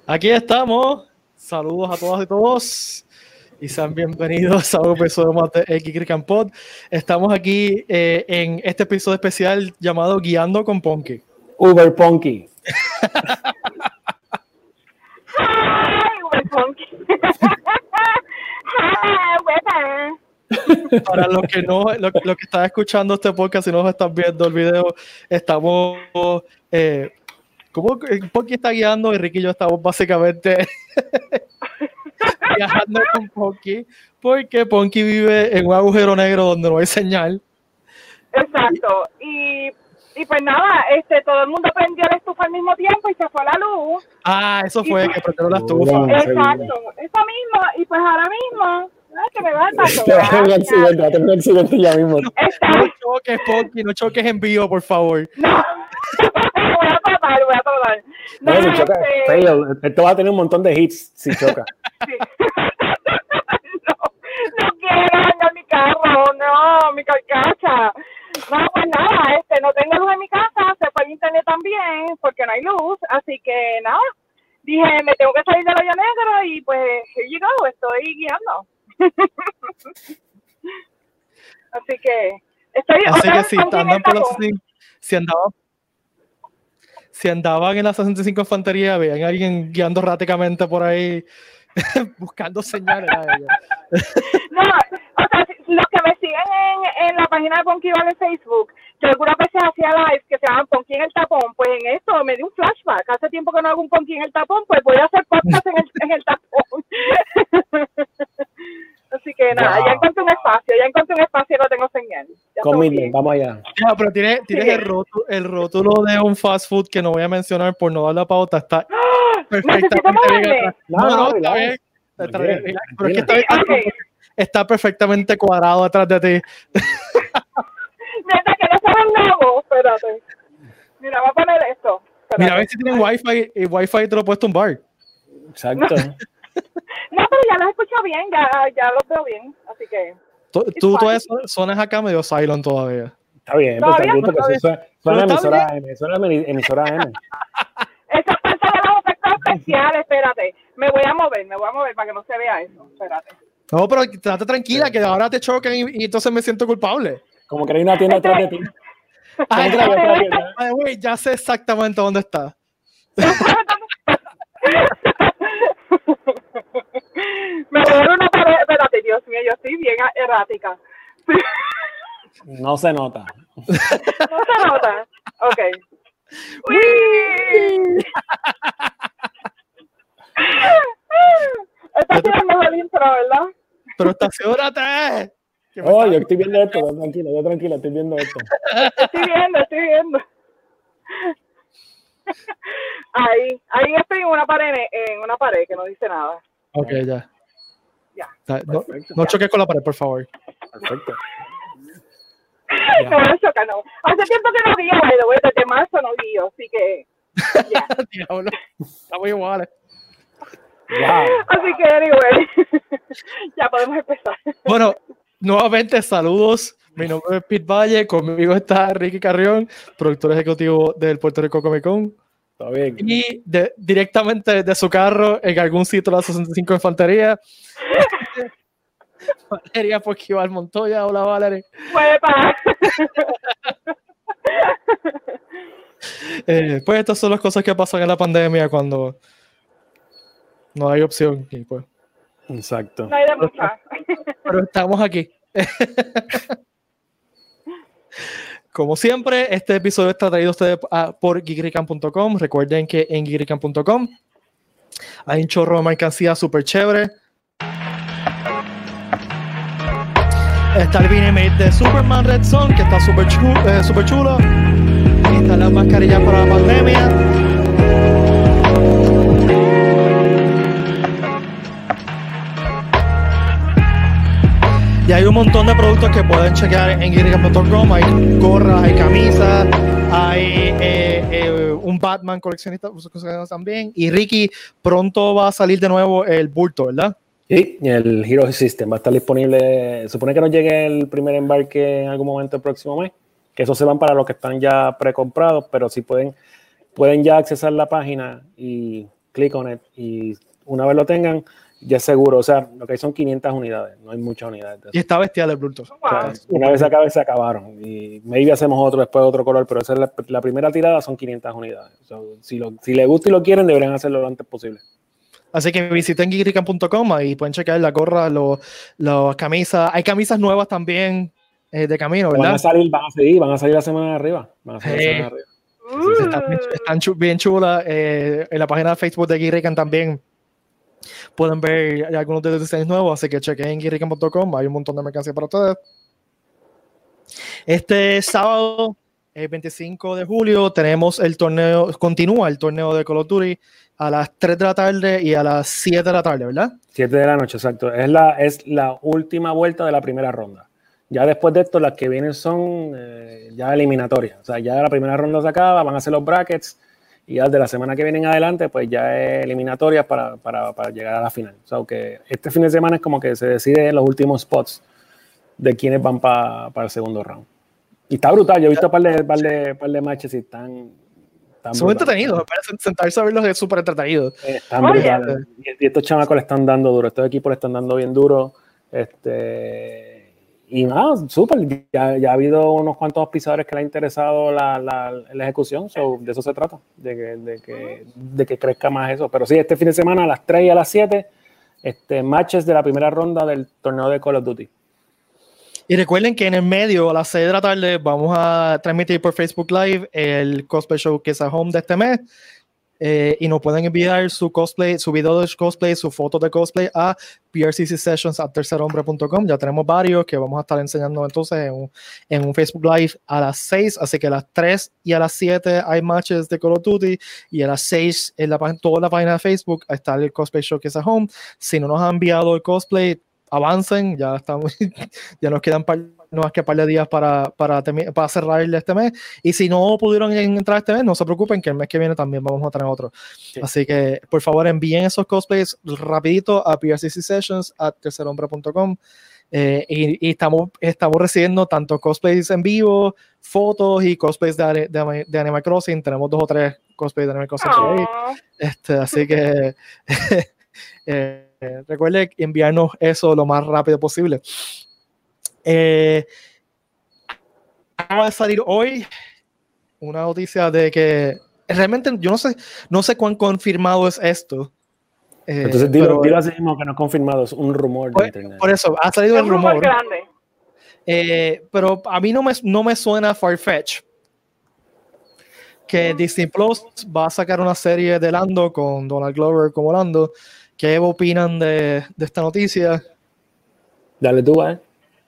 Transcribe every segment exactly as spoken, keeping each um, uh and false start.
Aquí estamos. Saludos a todas y todos. Y sean bienvenidos a un episodio más de Geekrican Pod. Estamos aquí eh, en este episodio especial llamado Guiando con Ponky. Uber Ponky. Hi, Uber Ponky. Hi, Uber. Para los que no, los lo que están escuchando este podcast y no están viendo el video, estamos eh, ¿cómo Ponky está guiando? Y Ricky y yo estamos básicamente viajando con Ponky, porque Ponky vive en un agujero negro donde no hay señal. Exacto. Y, y pues nada, este, todo el mundo prendió la estufa al mismo tiempo y se fue la luz. Ah, eso fue y, que prendieron la estufa. Oh, exacto, eso mismo. Y pues ahora mismo, ay, que me va a pasar. Te va a tener un accidente, va a tener un accidente ya mismo. No, Está... no choques, Ponky, no choques en vivo, por favor. No. voy a tratar, voy a tratar. No, No, si choca, este... fail. Esto va a tener un montón de hits si choca. Sí. no, no quiero dañar mi carro, no, mi carcacha. No, pues nada, este, no tengo luz en mi casa, se fue el internet también, porque no hay luz, así que nada, dije, me tengo que salir del hoyo negro y pues, here you go, estoy guiando. así que, estoy... Así que si ¿con andan por la tapón? si andaban si andaban en la sesenta y cinco Infantería, veían a alguien guiando erráticamente por ahí buscando señales a ellos. No, o sea, si- los que me siguen en, en la página de Ponky Val en Facebook, yo algunas veces hacía lives que se llaman Ponky en el tapón, pues en esto me dio un flashback. Hace tiempo que no hago un Ponky en el tapón, pues voy a hacer podcast en el, en el tapón. Así que nada, Wow. ya encontré un espacio, ya encontré un espacio y no tengo señal. Ya estoy Commitment, bien. vamos allá. Ya, pero tienes, tienes el, rótulo, el rótulo de un fast food que no voy a mencionar por no dar la pauta. Está ¡Ah! perfectamente ¿Necesito bien moverme? atrás. No, No, no, no, está relax. bien. Está bien, Bien, relax, pero es que está, tranquila. bien, Ok. está perfectamente cuadrado atrás de ti. Mientras que no se ven nuevos, espérate. Mira, voy a poner esto. Espérate. Mira, a ver si tienen wifi y wifi te lo puedes tumbar. Exacto. No, pero ya los escucho bien, ya, ya los veo bien, así que... Tú, It's tú fine. todavía suenas acá medio silent todavía. Está bien, Todavía pero tranquilo, no porque está eso suena Pero está emisora M, suena emi- emisora M. Esa es parte de los efectos especiales, espérate. Me voy a mover, me voy a mover para que no se vea eso, espérate. No, pero trate tranquila, que ahora te choquen y, y entonces me siento culpable. Como que hay una tienda atrás de ti. Ay, Como que hay otra Este, tienda. Ay, güey, ya sé exactamente dónde está. Me voy a dar una pared, espérate, Dios mío, yo estoy bien errática. No se nota. ¿No se nota? Ok. ¡Uy! Esta ha sido el mejor intro, ¿verdad? Pero estacionate. Que me Oh, está- yo estoy viendo esto, yo tranquilo, yo tranquilo, estoy viendo esto. Estoy viendo, estoy viendo. Ahí, ahí estoy en una pared, en una pared que no dice nada. Ok, ya. Ya. Ta- No, Perfecto. no choques con la pared, por favor. Perfecto. No, no choca, no. Hace tiempo que no guío, by the way, desde marzo no guío, así que, ya. Diablo. Estamos iguales. Wow. Así que, anyway, ya podemos empezar. Bueno, nuevamente saludos. Mi nombre es Pete Valle. Conmigo está Ricky Carrión, productor ejecutivo del Puerto Rico Comic Con. Está bien. Y de, directamente de su carro en algún sitio de la sesenta y cinco Infantería. Valeria Porquival Montoya. Hola, Valeria. ¡Huepa! Eh, pues estas son las cosas que pasan en la pandemia cuando no hay opción. Y pues, Exacto. No hay de mucha. pero estamos aquí. Como siempre, este episodio está traído a ustedes a- por geekrican punto com. Recuerden que en geekrican punto com hay un chorro de mercancía súper chévere. Está el V-Made de Superman Red Son, que está súper chulo, eh, súper chulo. Y están las mascarillas para la pandemia. Y hay un montón de productos que pueden chequear en geekrican punto com. Hay gorras, hay camisas, hay eh, eh, un Batman coleccionista también. Y Ricky, pronto va a salir de nuevo el bulto, ¿verdad? Sí, y el Hero System va a estar disponible. Supone que nos llegue el primer embarque en algún momento el próximo mes. Que esos se van para los que están ya precomprados, pero si pueden, pueden ya accesar la página y click on it, y una vez lo tengan, ya es seguro. O sea, lo que hay son quinientas unidades, no hay muchas unidades. De eso. Y está bestial el Bluetooth. Wow. O sea, una vez se acabe, se acabaron. Y maybe hacemos otro después, otro color, pero esa es la, la primera tirada, son quinientas unidades. So, si, lo, si les gusta y lo quieren, deberían hacerlo lo antes posible. Así que visiten geek rican punto com y pueden checar la gorra, los, los camisas. Hay camisas nuevas también eh, de camino, ¿verdad? Van a salir, van a seguir, van a salir la semana de arriba. Van a salir Sí. la semana de arriba. Uh, Están, están chu- bien chulas. Eh, en la página de Facebook de Geek Rican también pueden ver algunos de los diseños nuevos, así que chequen en geek rican punto com. Hay un montón de mercancía para ustedes. Este sábado, el veinticinco de julio, tenemos el torneo, continúa el torneo de Call of Duty a las tres de la tarde y a las siete de la tarde, ¿verdad? siete de la noche, exacto. Es la, es la última vuelta de la primera ronda. Ya después de esto, las que vienen son eh, ya eliminatorias. O sea, ya la primera ronda se acaba, van a hacer los brackets, y ya de la semana que viene en adelante, pues ya es eliminatorias para, para, para llegar a la final. O sea, que este fin de semana es como que se decide los últimos spots de quienes van para pa el segundo round. Y está brutal. Yo he visto un par de, par de, par de matches y están... están Son brutales. entretenidos, me parece sentarse a verlos es súper entretenido. Están Oye. brutales. Y, y estos chamacos le están dando duro. Estos equipos le están dando bien duro. Este, y nada, súper. Ya, ya ha habido unos cuantos auspiciadores que le ha interesado la, la, la ejecución. So, de eso se trata. De que, de, que, de que crezca más eso. Pero sí, este fin de semana a las tres y a las siete, este, matches de la primera ronda del torneo de Call of Duty. Y recuerden que en el medio, a las seis de la tarde, vamos a transmitir por Facebook Live el Cosplay Show que es a Home de este mes. Eh, y nos pueden enviar su cosplay, su video de cosplay, su foto de cosplay a p r c c sessions at tercer hombre punto com. Ya tenemos varios que vamos a estar enseñando entonces en un, en un Facebook Live a las seis. Así que a las tres y a las siete hay matches de Call of Duty. Y a las seis en la, toda la página de Facebook está el Cosplay Show que es a Home. Si no nos han enviado el cosplay, avancen, ya estamos, ya nos quedan par, no más que un par de días para, para, para cerrar este mes, y si no pudieron entrar este mes, no se preocupen que el mes que viene también vamos a tener otro. Sí. Así que por favor envíen esos cosplays rapidito a p r c c sessions at tercer hombre punto com. Eh, y, y estamos, estamos recibiendo tanto cosplays en vivo, fotos y cosplays de, de, de Animal Crossing. Tenemos dos o tres cosplays de Animal Crossing por ahí. Este, así que eh, Eh, recuerde enviarnos eso lo más rápido posible. Eh, acaba de salir hoy una noticia de que realmente yo no sé, no sé cuán confirmado es esto. Eh, Entonces dilo, pero, dilo así mismo que no es confirmado, es un rumor por, de internet. Por eso, ha salido es el rumor. rumor grande. Eh, pero a mí no me, no me suena far-fetched que Disney Plus va a sacar una serie de Lando con Donald Glover como Lando. ¿Qué opinan de, de esta noticia? Dale tú, ¿eh?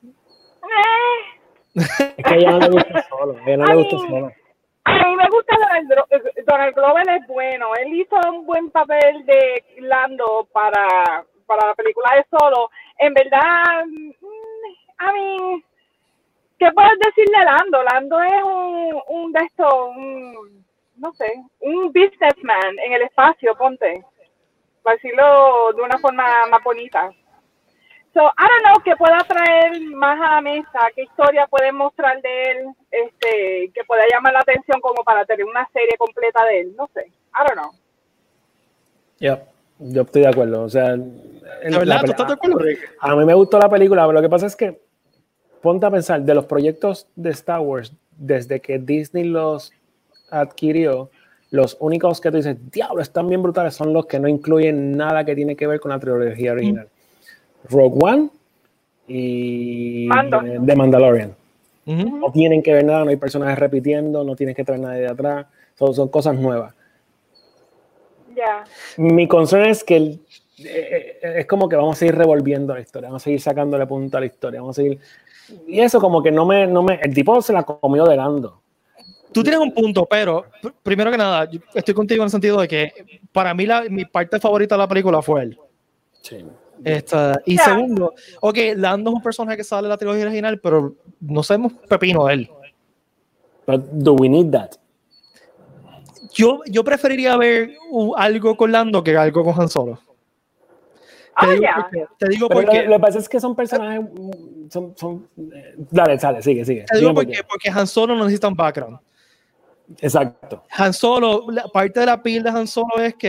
Eh. Es que a ella no le gusta solo. A ella no a le mí, gusta solo. A mí me gusta Donald, Donald Glover, es bueno. Él hizo un buen papel de Lando para, para la película de Solo. En verdad, a mí, ¿qué puedes decir de Lando? Lando es un, un de estos, un, no sé, un businessman en el espacio, ponte. Para decirlo de una forma más bonita. So, I don't know, qué pueda traer más a la mesa, qué historia pueden mostrar de él, este, que pueda llamar la atención como para tener una serie completa de él, no sé, I don't know. Yep. Yo estoy de acuerdo, o sea... En ¿De verdad? ¿Tú estás de acuerdo, Rick? A mí me gustó la película, pero lo que pasa es que, ponte a pensar, de los proyectos de Star Wars, desde que Disney los adquirió, los únicos que tú dices, diablo, están bien brutales, son los que no incluyen nada que tiene que ver con la trilogía original. Mm. Rogue One y Mando. The, The Mandalorian. Uh-huh. No tienen que ver nada, no hay personajes repitiendo, no tienes que traer nadie de atrás, son, son cosas nuevas. Ya. Yeah. Mi concern es que el, eh, es como que vamos a seguir revolviendo la historia, vamos a seguir sacándole punta a la historia, vamos a seguir... Y eso como que no me... No me el tipo se la comió de Lando. Tú tienes un punto, pero primero que nada, yo estoy contigo en el sentido de que para mí la, mi parte favorita de la película fue él. Sí. Esta, y yeah. Segundo, ok, Lando es un personaje que sale de la trilogía original, pero no sabemos pepino de él. But do we need that? Yo, yo preferiría ver uh, algo con Lando que algo con Han Solo. Oh, te, digo yeah. porque, te digo pero porque... Lo, lo que pasa es que son personajes... Son, son, eh, dale, sale, sigue, sigue. Te digo porque, porque Han Solo no necesita un background. Exacto. Han Solo, la parte de la pila de Han Solo es que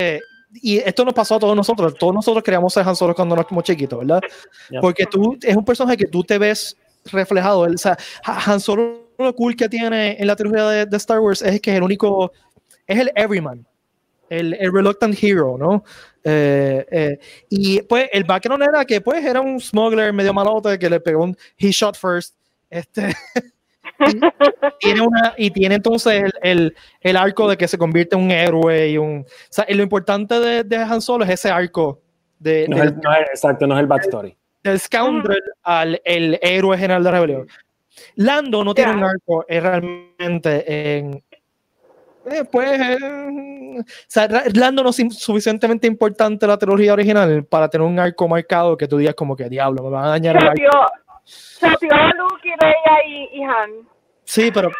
y esto nos pasó a todos nosotros, todos nosotros queríamos ser Han Solo cuando nos fuimos chiquitos, ¿verdad? Yeah. Porque tú, es un personaje que tú te ves reflejado, o sea, Han Solo lo cool que tiene en la trilogía de, de Star Wars es que es el único, es el everyman, el, el reluctant hero, ¿no? Eh, eh, y pues el background era que pues era un smuggler medio malote que le pegó un he shot first, este... y, tiene una, y tiene entonces el, el, el arco de que se convierte en un héroe y un, o sea, lo importante de, de Han Solo es ese arco de, no, de, es, no es, exacto, no es el backstory del scoundrel al el héroe general de la rebelión. Lando no tiene yeah. un arco eh, realmente en eh, pues eh, o sea, Lando no es suficientemente importante la trilogía original para tener un arco marcado que tú digas como que diablo, me van a dañar el arco. Se tiró a Luke y Leia y, y Han. Sí, pero...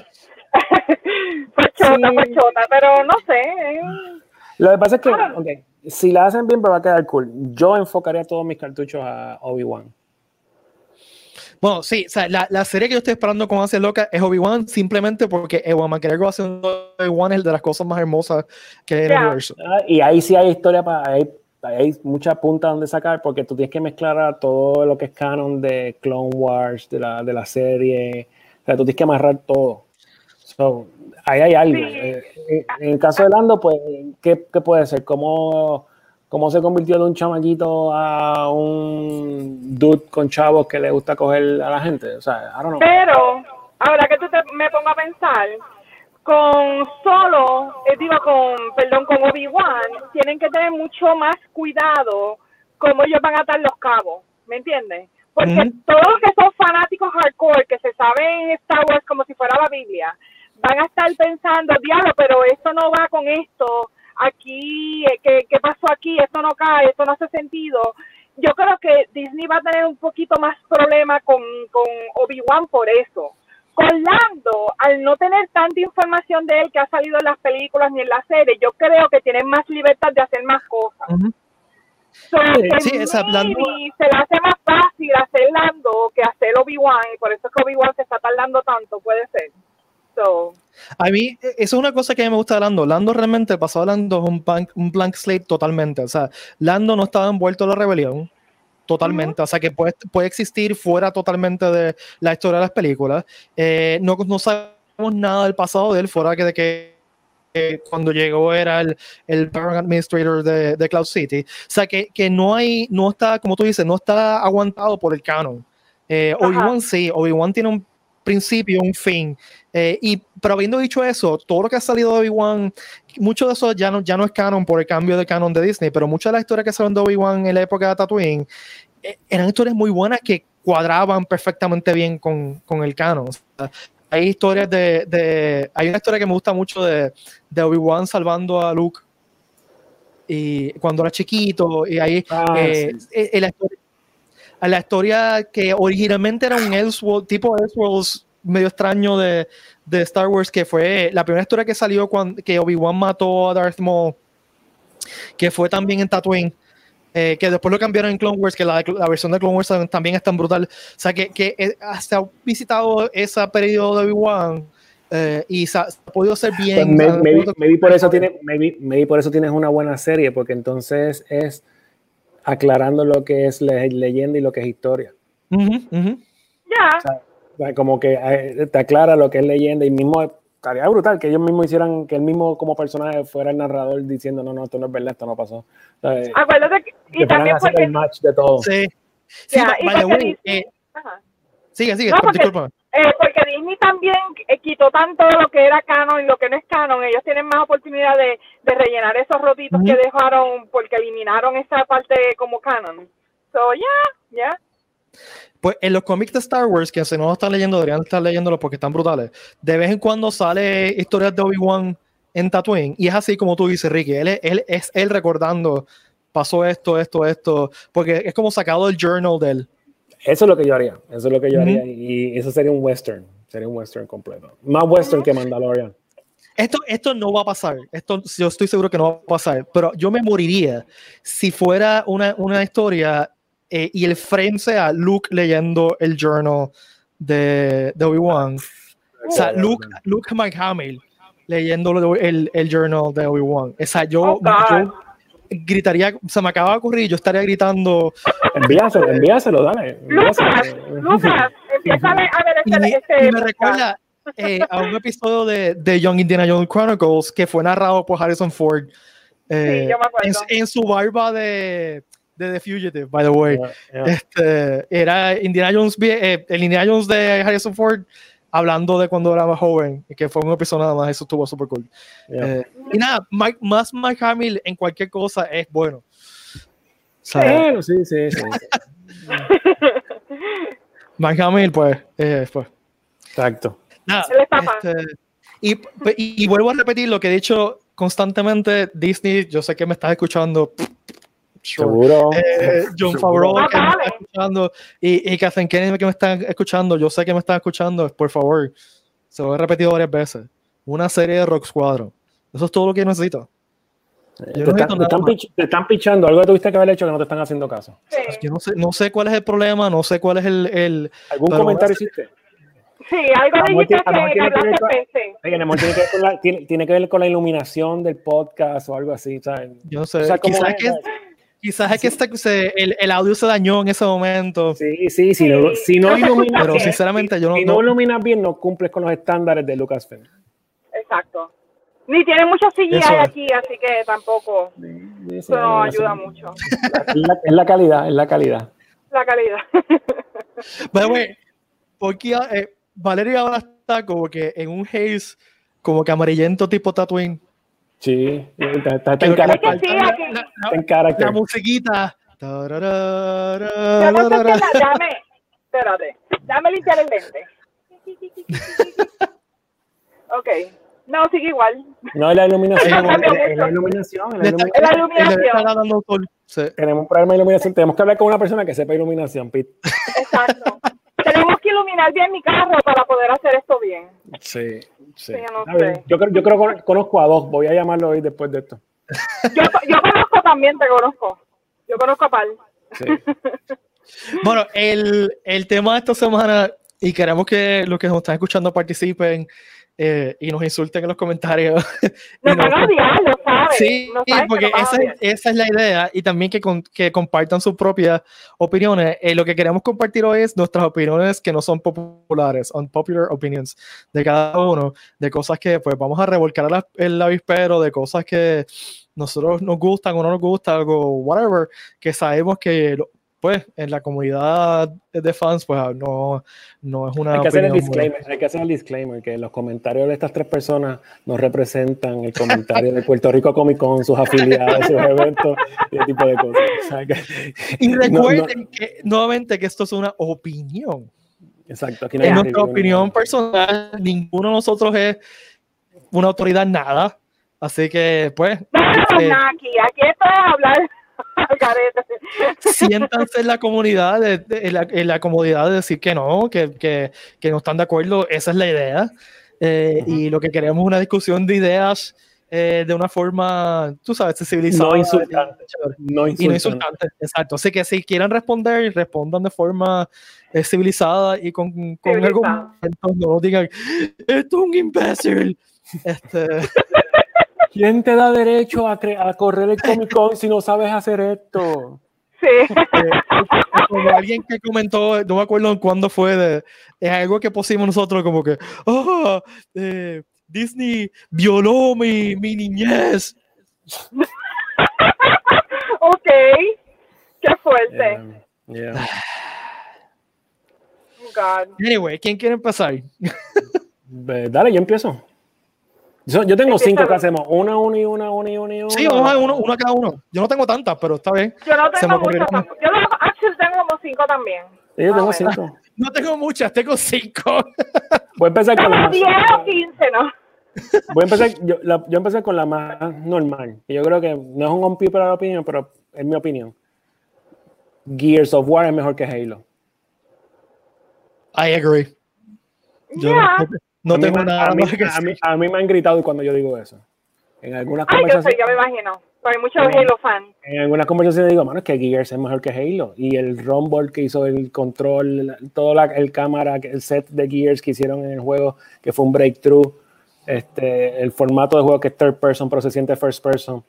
Fue chota, sí. fue chota, pero no sé. Lo que pasa es que, okay, si la hacen bien, me va a quedar cool. Yo enfocaría todos mis cartuchos a Obi-Wan. Bueno, sí, o sea, la, la serie que yo estoy esperando con Ansia Loca es Obi-Wan, simplemente porque Ewan McGregor haciendo Obi-Wan es de las cosas más hermosas que hay en yeah. el universo. Ah, y ahí sí hay historia para... Ahí, hay mucha punta donde sacar porque tú tienes que mezclar a todo lo que es canon de Clone Wars, de la, de la serie, o sea, tú tienes que amarrar todo. So, ahí hay algo. Sí. Eh, en el caso de Lando, pues, ¿qué, qué puede ser? ¿Cómo, ¿Cómo se convirtió de un chamaquito a un dude con chavos que le gusta coger a la gente? O sea, I don't know. Pero, ahora que tú te, me pongo a pensar, con Solo, eh, digo, con, perdón, con Obi-Wan, tienen que tener mucho más cuidado cómo ellos van a atar los cabos, ¿me entiendes? Porque mm-hmm. todos los que son fanáticos hardcore, que se saben Star Wars como si fuera la Biblia, van a estar pensando, diablo, pero esto no va con esto, aquí, ¿qué, qué pasó aquí? Esto no cae, esto no hace sentido. Yo creo que Disney va a tener un poquito más problema con, con Obi-Wan por eso. Con Lando, al no tener tanta información de él que ha salido en las películas ni en la serie, yo creo que tienen más libertad de hacer más cosas. Uh-huh. So, sí, sí, esa Lando... se le hace más fácil hacer Lando que hacer Obi-Wan, y por eso es que Obi-Wan se está tardando tanto, puede ser. So. A mí, eso es una cosa que a mí me gusta de Lando. Lando realmente, pasó a Lando, es un blank, un blank slate totalmente. O sea, Lando no estaba envuelto en la rebelión. Totalmente, uh-huh. O sea que puede, puede existir fuera totalmente de la historia de las películas. Eh, no, no sabemos nada del pasado de él, fuera que de que eh, cuando llegó era el, el Parent Administrator de, de Cloud City. O sea que, que no hay, no está, como tú dices, no está aguantado por el canon. Eh, uh-huh. Obi-Wan sí, Obi-Wan tiene un principio, un fin. Eh, y, pero habiendo dicho eso, todo lo que ha salido de Obi-Wan, mucho de eso ya no, ya no es canon por el cambio de canon de Disney, pero muchas de las historias que salieron de Obi-Wan en la época de Tatooine eh, eran historias muy buenas que cuadraban perfectamente bien con, con el canon. O sea, hay historias de, de... Hay una historia que me gusta mucho de, de Obi-Wan salvando a Luke y cuando era chiquito, y ahí ah, eh, sí. eh, la, historia, la historia que originalmente era un Elseworld, tipo Elseworlds medio extraño de, de Star Wars, que fue la primera historia que salió cuando que Obi-Wan mató a Darth Maul, que fue también en Tatooine, eh, que después lo cambiaron en Clone Wars, que la, la versión de Clone Wars también es tan brutal. O sea, que, que hasta ha visitado ese periodo de Obi-Wan eh, y se ha, se ha podido hacer bien. Pues me, me, me vi por eso tiene, me vi, me vi por eso tienes una buena serie, porque entonces es aclarando lo que es le, leyenda y lo que es historia. Ya. Uh-huh, uh-huh. Yeah. O sea, como que eh, te aclara lo que es leyenda y mismo estaría brutal que ellos mismos hicieran que él mismo como personaje fuera el narrador diciendo no, no, esto no es verdad, esto no pasó. O sea, acuérdate que, y que también porque el match de todo. Sí, sí, yeah, by the way, eh, sigue, sigue, no, porque, eh, porque Disney también eh, quitó tanto lo que era canon y lo que no es canon. Ellos tienen más oportunidad de, de rellenar esos rotitos uh-huh. que dejaron porque eliminaron esa parte como canon. So, yeah, yeah. Pues en los cómics de Star Wars, que si no lo están leyendo, deberían estar leyéndolos porque están brutales. De vez en cuando sale historias de Obi-Wan en Tatooine, y es así como tú dices, Ricky, él es él, es él recordando, pasó esto, esto, esto, porque es como sacado del journal de él. Eso es lo que yo haría, eso es lo que yo haría, uh-huh. y eso sería un western, sería un western completo. Más western que Mandalorian. Esto, esto no va a pasar, esto yo estoy seguro que no va a pasar, pero yo me moriría si fuera una, una historia Eh, y el frame sea Luke leyendo el journal de, de Obi-Wan. O sea, Luke, Luke McHamill leyendo el, el journal de Obi-Wan. O sea, yo, oh, yo, gritaría, se me acaba de ocurrir, yo estaría gritando. Envíaselo, envíaselo, dale. Envíaselo. Lucas, Lucas, empieza a ver este, Y, este y me recuerda eh, a un episodio de, de Young Indiana Jones Chronicles que fue narrado por Harrison Ford. Eh, Sí, yo me acuerdo. en, en su barba de, de The Fugitive, by the way. Yeah, yeah. Este, era Indiana Jones, eh, el Indiana Jones de Harrison Ford hablando de cuando era más joven, y que fue un episodio nada más, eso estuvo súper cool. Yeah. Eh, y nada, Mike, más Mark Hamill en cualquier cosa es bueno. O sea, Bueno, sí, sí, sí. Mark Hamill, pues, eh, pues. Exacto. Nada, Él es papá. este, y, y, y vuelvo a repetir lo que he dicho constantemente, Disney, yo sé que me estás escuchando. Sure. Seguro. Eh, John Favreau Ah, que me vale. está escuchando y, y Kathleen Kennedy que me están escuchando, yo sé que me están escuchando, por favor, se lo he repetido varias veces, una serie de Rock Squadron, eso es todo lo que necesito. Yo Te, no están, necesito te, nada están más. pich- te están pichando algo que tuviste que haber hecho que no te están haciendo caso. Sí, Yo no sé, no sé cuál es el problema, no sé cuál es el, el ¿Algún pero comentario una- hiciste? sí, algo A lo mejor dijiste tiene- a lo mejor que tiene que ver hablaste con- peste. Oye, a lo mejor tiene que ver con la, tiene, tiene que ver con la iluminación del podcast o algo así, ¿sabes? yo no sé, O sea, ¿cómo quizás es? es que, quizás es que este- se- el, el audio se dañó en ese momento, Sí, sí, si no, si no iluminas pero bien, sinceramente yo no, si no no- iluminas bien, no cumples con los estándares de Lucasfilm. Exacto. Ni tiene mucho C G I Eso es. aquí, así que tampoco. Sí, sí, Eso no sí, ayuda sí. mucho. Es la, es la calidad, es la calidad. La calidad. by the way, porque eh, Valeria ahora está como que en un haze como que amarillento tipo Tatooine. Sí, está, está, está Que en lo que le carácter. Sí, falta aquí. es la, la- Está en carácter. la musiquita. Tararara, Yo no sé qué tarara. la, dame, espérate, dame limpiar el lente. Ok, no, sigue igual. No, es la iluminación. No Es cambia la, es la mucho. iluminación. Es la Le está- iluminación. La le iluminación. está dando sol. Sí. Tenemos un problema de iluminación. Tenemos que hablar con una persona que sepa iluminación, Pete. Exacto. Tenemos que iluminar bien mi carro para poder hacer esto bien. Sí, sí. Sí, yo no Está bien. sé. Yo, creo- yo creo que conozco a dos. Voy a llamarlo hoy después de esto. Yo, yo conozco también, te conozco. Yo conozco a Pal. Sí. Bueno, el, el tema de esta semana, y queremos que los que nos están escuchando participen eh, y nos insulten en los comentarios. Y Nos nos- van a odiar, lo sabes. Sí, No sabes que porque nos van a esa, odiar. esa es la idea, y también que, con- que compartan sus propias opiniones. Eh, lo que queremos compartir hoy es nuestras opiniones que no son populares, unpopular opinions de cada uno, de cosas que pues vamos a revolcar la- el avispero, de cosas que nosotros nos gustan o no nos gustan, algo, whatever, que sabemos que lo- pues en la comunidad de fans pues no, no es una Hay que hacer el opinión muy- disclaimer, hay que hacer el disclaimer que los comentarios de estas tres personas no representan el comentario de Puerto Rico Comic Con, sus afiliados, sus eventos y ese tipo de cosas. O sea, que- Y no- recuerden no- que nuevamente que esto es una opinión. exacto, aquí no Es hay nuestra review, opinión no. personal, ninguno de nosotros es una autoridad en nada, así que pues No hagamos eh, nada aquí. Aquí esto es hablar al garete. siéntanse en la comunidad, de- de- en, la, en la comodidad de decir que no, que, que, que no están de acuerdo, esa es la idea. Eh, Ujú. Y lo que queremos es una discusión de ideas eh, de una forma, tú sabes, civilizada. No insultante. y chévere. No Y no insultante. insultante, exacto. Así que si quieren responder, respondan de forma eh, civilizada y con, con Civilizada. argumentos, no digan, esto es un imbécil. Este, ¿Quién te da derecho a, cre- a correr el Comic Con si no sabes hacer esto? Sí. eh, como alguien que comentó, no me acuerdo en cuándo fue, de, es algo que pusimos nosotros como que, "Ah, eh, Disney violó mi, mi niñez". Ok. Qué fuerte. Yeah, yeah. Oh, God. Anyway, ¿quién quiere empezar? Ve, Dale, yo empiezo. Yo, yo tengo Empieza cinco tú. que hacemos. Una, una y una, una y una y una. Sí, vamos a uno, uno a cada uno. Yo no tengo tantas, pero está bien. Yo no Se me tengo ocurrieron- muchas tampoco. Yo no, actually tengo como cinco también. Sí, yo tengo Ah, bueno. cinco. No tengo muchas, tengo cinco. Voy a empezar con la Tengo más. diez o quince, ¿no? Voy a empezar, yo, la, yo empecé con la más normal. Y yo creo que no es un unpopular opinion, pero es mi opinión. Gears of War es mejor que Halo. I agree. Yo Yeah. no, no A mí tengo me- nada a mí, más que a, mí, decir. a mí me han gritado cuando yo digo eso. En algunas Ay, yo sé, conversaciones, yo me imagino. Pero hay muchos Sí. Halo fans. en algunas conversaciones digo, mano, es que Gears es mejor que Halo. Y el Rumble que hizo el control, la- todo la, el cámara, el set de Gears que hicieron en el juego, que fue un breakthrough. Este, el formato de juego que es third person, pero se siente first person.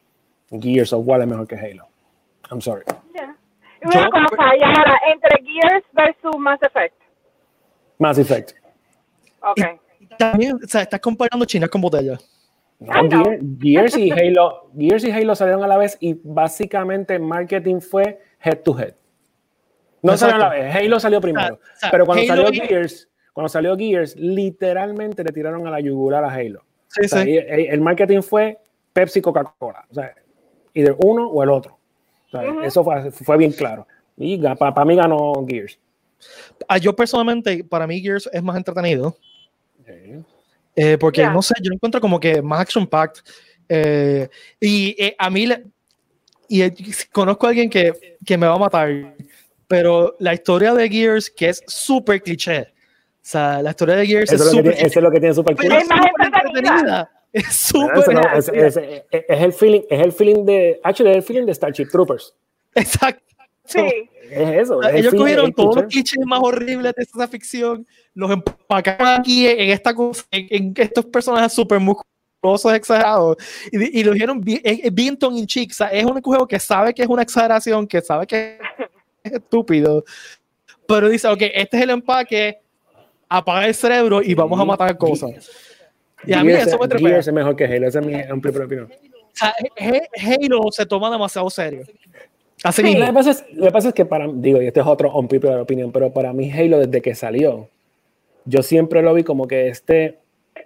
Gears of War es mejor que Halo. I'm sorry. Yeah. Y una Yo- cosa, y ahora, entre Gears versus Mass Effect. Mass Effect. Ok. También, o sea, estás comparando chinas con botellas. No, I know. Gear- Gears y Halo, Gears y Halo salieron a la vez y básicamente marketing fue head to head. No Exacto. salieron a la vez, Halo salió primero. O sea, o sea, pero cuando Halo salió y- Gears, cuando salió Gears, literalmente le tiraron a la yugular a Halo. Sí, O sea, sí. y- y- el marketing fue Pepsi Coca-Cola. O sea, either uno o el otro. O sea, Ujú. eso fue, fue bien claro. Y para pa mí ganó Gears. Ah, yo personalmente, para mí Gears es más entretenido. Sí. Eh, porque, Yeah. no sé, yo lo encuentro como que más action-packed. Eh, y eh, a mí, le- y eh, conozco a alguien que, que me va a matar, pero la historia de Gears, que es súper cliché. O sea, la historia de Gears Eso, es es lo que súper tiene, eso es lo que tiene super pero cool. es Es más súper entretenida. entretenida. Es Eso súper no, es, es- es- es el feeling, es el feeling de, actually, es el feeling de Starship Troopers. exacto. Sí. Es eso. es el Ellos feeling, cogieron es todos los cliché. clichés más horribles de esa ficción, los empacaron aquí en esta cosa, en, en estos personajes súper musculosos, exagerados, y, y lo dijeron bien, es, es bien tongue in cheek. O sea, es un juego que sabe que es una exageración, que sabe que es estúpido, pero dice, ok, este es el empaque, apaga el cerebro y vamos a matar cosas. Y a mí Gears, eso me trepea. Gears es mejor que Halo. Esa es mi amplia opinión. O sea, H- Halo se toma demasiado serio. Así Sí. mismo. Lo que pasa es, lo que pasa es que para, digo, y este es otro unpopular opinion, pero para mí Halo desde que salió, yo siempre lo vi como que este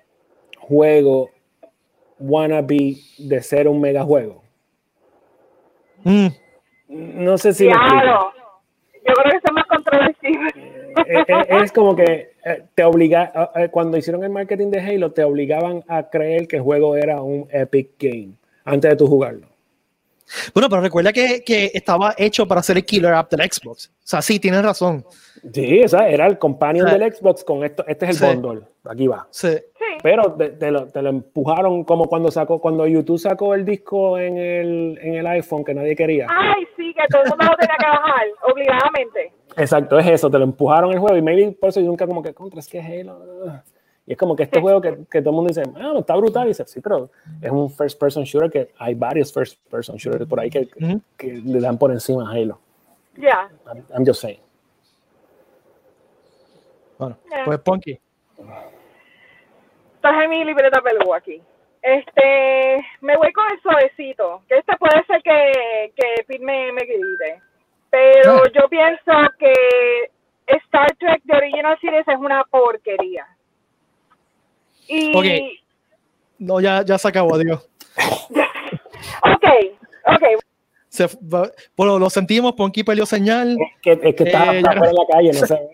juego wannabe de ser un mega juego. Mm. No sé si me explico. Claro. Yo creo que eso es más controversial. Eh, eh, es como que eh, te obliga, eh, cuando hicieron el marketing de Halo, te obligaban a creer que el juego era un epic game antes de tu jugarlo. Bueno, pero recuerda que, que estaba hecho para ser el killer app del Xbox. O sea, sí, tienes razón. Sí, o sea, era el companion O sea, del Xbox con esto. Este es el sí. bundle. Aquí va. Sí. Sí. Pero te, te lo, te lo empujaron como cuando sacó, cuando YouTube sacó el disco en el, en el iPhone que nadie quería. Ay, sí, que todo el mundo lo tenía que bajar, obligadamente. Exacto, es eso, te lo empujaron el juego y maybe por eso yo nunca como que contra, es que Halo. Y es como que este juego que, que todo el mundo dice, ah, está brutal, y dice, sí, pero es un first person shooter que hay varios first person shooters por ahí que, Ujú. que le dan por encima a Halo. Ya. I'm, I'm just saying. Bueno, Yeah. pues Punky. Traje mi libreta pelú aquí. Este, me voy con el suavecito, que este puede ser que, que Pete me, me grite. Pero Ah. yo pienso que Star Trek The Original Series es una porquería. Y, Ok. No, ya, ya se acabó, adiós. ok, ok, Se, va- bueno, lo sentimos, Punky perdió señal. Es que, es que está, Eh, está ya afuera no- en la calle, no sé.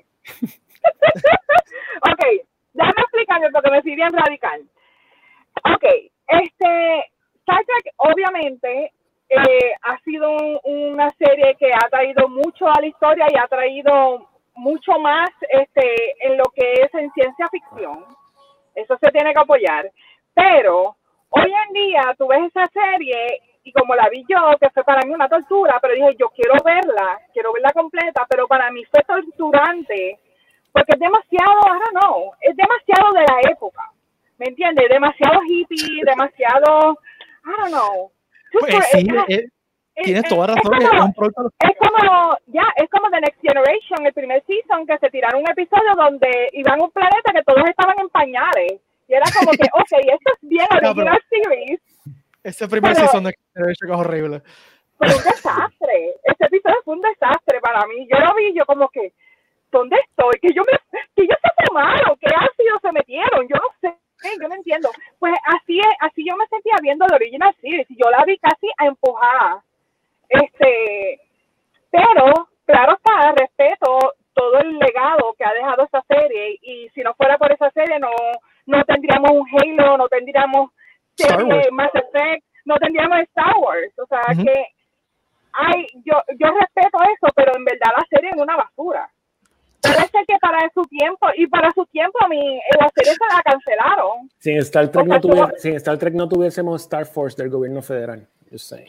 ok, déjame explicarme porque me fui bien radical. Ok, este, Star Trek obviamente eh, ha sido un- una serie que ha traído mucho a la historia y ha traído mucho más este, en lo que es en ciencia ficción. Eso se tiene que apoyar. Pero hoy en día tú ves esa serie y como la vi yo, que fue para mí una tortura, pero dije, yo quiero verla, quiero verla completa, pero para mí fue torturante porque es demasiado, I don't know, es demasiado de la época, ¿me entiendes? Demasiado hippie, demasiado, I don't know. Pues Super- sí, es- eh, es- tienes es- toda es razón. como- Es un producto- es como, ya, es como The Next Generation, el primer season, que se tiraron un episodio donde iban a un planeta que todos estaban en pañales. Y era como que, ok, esto es bien original series, Ese primer pero- season de Generation es horrible. pero un desastre. Ese episodio fue un desastre para mí. Yo lo vi, yo como que, ¿dónde estoy? Que yo me, que ellos se fumaron, que ácido se metieron, yo no sé, yo no entiendo. Pues así es, así yo me sentía viendo The Original Series, y yo la vi casi a empujar. Este, pero, claro está, respeto todo el legado que ha dejado esa serie, y si no fuera por esa serie no, no tendríamos un Halo, no tendríamos Star serie Wars. Mass Effect, no tendríamos Star Wars, o sea Ujú. que ay, yo, yo respeto eso, pero en verdad la serie es una basura. Parece que para su tiempo, y para su tiempo a mí, la serie se la cancelaron. Sin Star Trek, O sea, no, tuviera- tú- sin Star Trek no tuviésemos Star Force del gobierno federal. Just saying.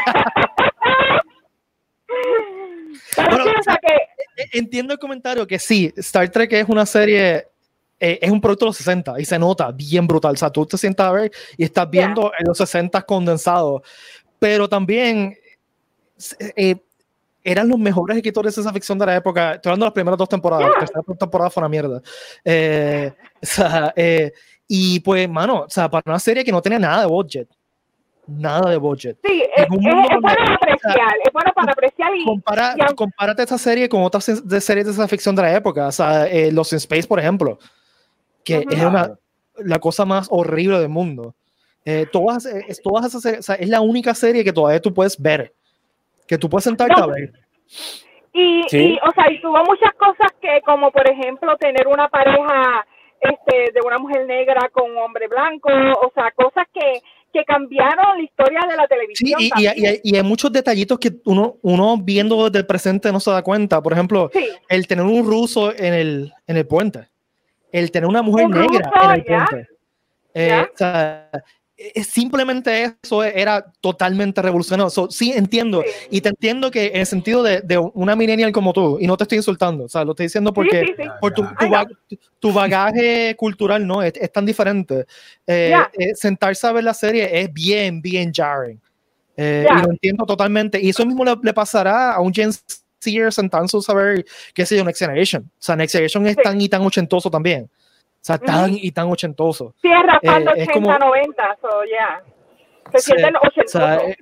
Pero Bueno, sí, o sea que, Eh, Entiendo el comentario que sí, Star Trek es una serie, eh, es un producto de los sesenta y se nota bien brutal. O sea, tú te sientas a ver y estás viendo en los sesenta condensado. pero también eh, eran los mejores escritores de esa ficción de la época. Estoy hablando de las primeras dos temporadas. Yeah. La tercera temporada fue una mierda. Eh, o sea, eh, y pues, mano, o sea, para una serie que no tenía nada de budget. Nada de budget. Sí, es, es, es bueno para apreciar. O sea, es bueno para apreciar. Y, compara, y aunque, compárate esta serie con otras de series de esa ficción de la época. O sea, eh, Los in Space, por ejemplo. Que uh-huh. es una, la cosa más horrible del mundo. Eh, todas, es, todas esas series, o sea, es la única serie que todavía tú puedes ver. Que tú puedes sentarte no. a ver. Y, ¿sí? y, o sea, y tuvo muchas cosas que, como por ejemplo, tener una pareja este, de una mujer negra con un hombre blanco, o sea, cosas que, que cambiaron la historia de la televisión. Sí, y, y, y, hay, y hay muchos detallitos que uno, uno viendo desde el presente no se da cuenta. Por ejemplo, sí. el tener un ruso en el, en el puente. El tener una mujer un negra ruso, en el ¿ya? puente. Eh, o sea, simplemente eso era totalmente revolucionario. So, sí, entiendo. Sí. Y te entiendo que en el sentido de, de una millennial como tú, y no te estoy insultando, o sea, lo estoy diciendo porque sí, sí, sí. por tu, tu, ba tu bagaje cultural no es, es tan diferente. Eh, yeah. eh, sentarse a ver la serie es bien, bien jarring. Eh, yeah. Y lo entiendo totalmente. Y eso mismo le, le pasará a un Gen Z sentándose a saber, qué sé yo, Next Generation. O sea, Next Generation es sí. tan y tan ochentoso también. O sea, tan uh-huh. y tan ochentoso. Sí, es raspando eh, ochenta, noventa, so yeah. Se, se sienten ochentosos. O sea, eh,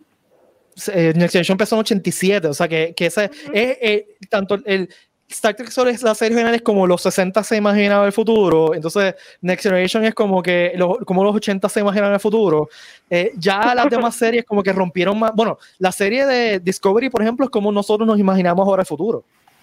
eh, Next Generation empezó en ochenta y siete, o sea, que, que ese, uh-huh. eh, eh, tanto el Star Trek sobre las series originales como los sesenta se imaginaba el futuro, entonces Next Generation es como que los, como los ochenta se imaginan el futuro. Eh, ya las demás series como que rompieron más, bueno, la serie de Discovery, por ejemplo, es como nosotros nos imaginamos ahora el futuro.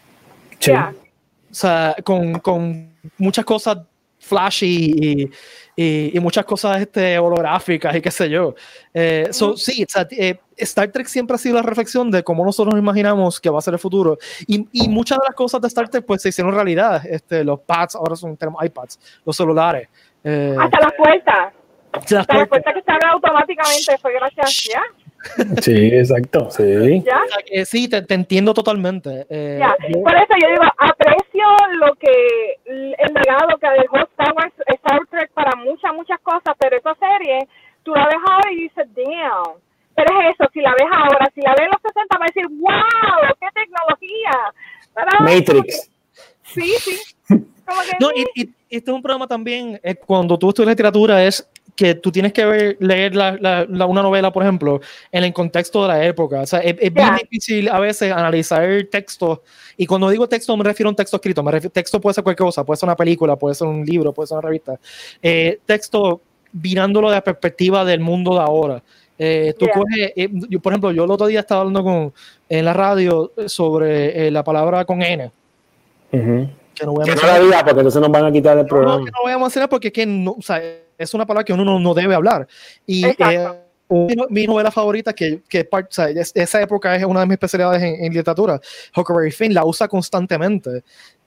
Sí. Yeah. O sea, con, con muchas cosas flashy y, y, y muchas cosas este, holográficas y qué sé yo. Eh, so, sí, o sea, eh, Star Trek siempre ha sido la reflexión de cómo nosotros nos imaginamos que va a ser el futuro. Y, y muchas de las cosas de Star Trek pues se hicieron realidad. Este, los pads, ahora son, tenemos iPads, los celulares. Eh, Hasta las puertas. Hasta las puertas. puertas que se abren automáticamente, fue gracias ya. Sí, exacto, sí. ¿Ya? O sea, que sí, te, te entiendo totalmente. Eh, ya. yo... Por eso yo digo, aprecio lo que, el legado que dejó Star Wars, Star Trek para muchas, muchas cosas, pero esa serie, tú la ves ahora y dices, damn. Pero es eso, si la ves ahora, si la ves en los sesenta, va a decir, wow, qué tecnología. ¿Verdad? Matrix. Sí, sí. Como que no, y, y este es un problema también, eh, cuando tú estudias literatura, es que tú tienes que ver, leer la, la, la, una novela, por ejemplo, en el contexto de la época. O sea, es, es bien yeah. difícil a veces analizar textos. Y cuando digo texto, me refiero a un texto escrito. Me refiero, texto puede ser cualquier cosa. Puede ser una película, puede ser un libro, puede ser una revista. Eh, texto mirándolo de la perspectiva del mundo de ahora. Eh, tú yeah. coges, eh, yo, por ejemplo, yo el otro día estaba hablando con, en la radio sobre eh, la palabra con N. Uh-huh. Que no voy a mencionar. Que no la diga porque entonces nos van a quitar el programa. No, que no voy a mencionar porque es que no, o sea, es una palabra que uno no, no debe hablar. Y eh, mi, mi novela favorita, que, que part, o sea, es, esa época es una de mis especialidades en, en literatura, Huckleberry Finn, la usa constantemente.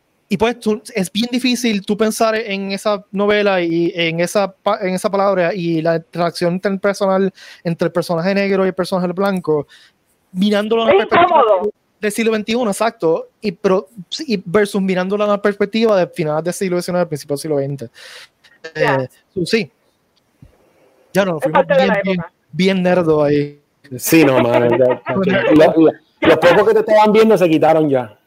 Y pues tú, es bien difícil tú pensar en esa novela y en esa, en esa palabra y la interacción interpersonal entre el personaje negro y el personaje blanco, mirándolo en la perspectiva del siglo veintiuno, exacto, y, pero, y versus mirándolo en la perspectiva de finales del siglo diecinueve, principios del siglo veinte. Yeah. Eh, sí. Ya no, fuimos bien, bien, bien nerdo ahí. Sí, no, man. Los pocos que te estaban viendo se quitaron ya.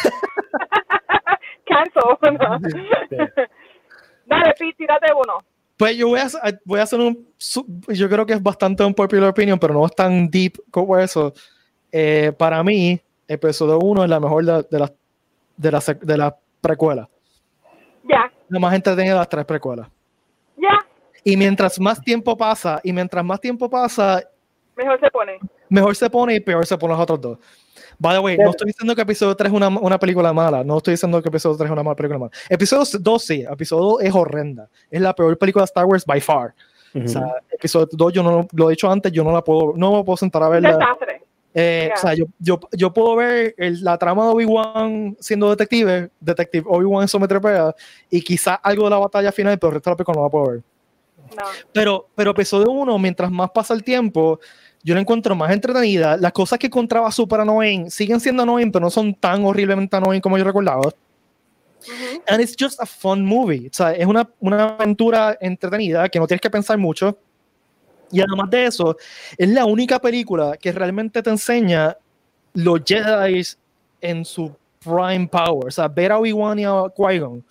Cancel. ¿No? Sí. Dale, Pete, tírate uno. Pues yo voy a, voy a hacer un... Yo creo que es bastante un popular opinion, pero no es tan deep como eso. Eh, para mí, episodio uno es la mejor de, de las de la, de la precuelas. Ya. Yeah. La más entretenida de las tres precuelas. Ya. Yeah. Y mientras más tiempo pasa, y mientras más tiempo pasa, mejor se pone. Mejor se pone y peor se ponen los otros dos. By the way, no estoy diciendo que episodio tres es una, una película mala. No estoy diciendo que episodio tres es una mala película mala. Episodio dos sí. Episodio dos es horrenda. Es la peor película de Star Wars by far. Uh-huh. O sea, episodio dos, yo no lo he dicho antes, yo no la puedo, no me puedo sentar a verla. Eh, yeah. O sea, yo, yo, yo puedo ver el, la trama de Obi-Wan siendo detective, detective Obi-Wan eso me trepea, y quizás algo de la batalla final, pero el resto de la película no la puedo ver. No. Pero, pero episodio uno, mientras más pasa el tiempo, yo la encuentro más entretenida. Las cosas que encontraba súper annoying siguen siendo annoying, pero no son tan horriblemente annoying como yo recordaba. Uh-huh. And it's just a fun movie. O sea, es una, una aventura entretenida que no tienes que pensar mucho. Y además de eso, es la única película que realmente te enseña los Jedi en su prime power. O sea, ver a Obi-Wan y a Qui-Gon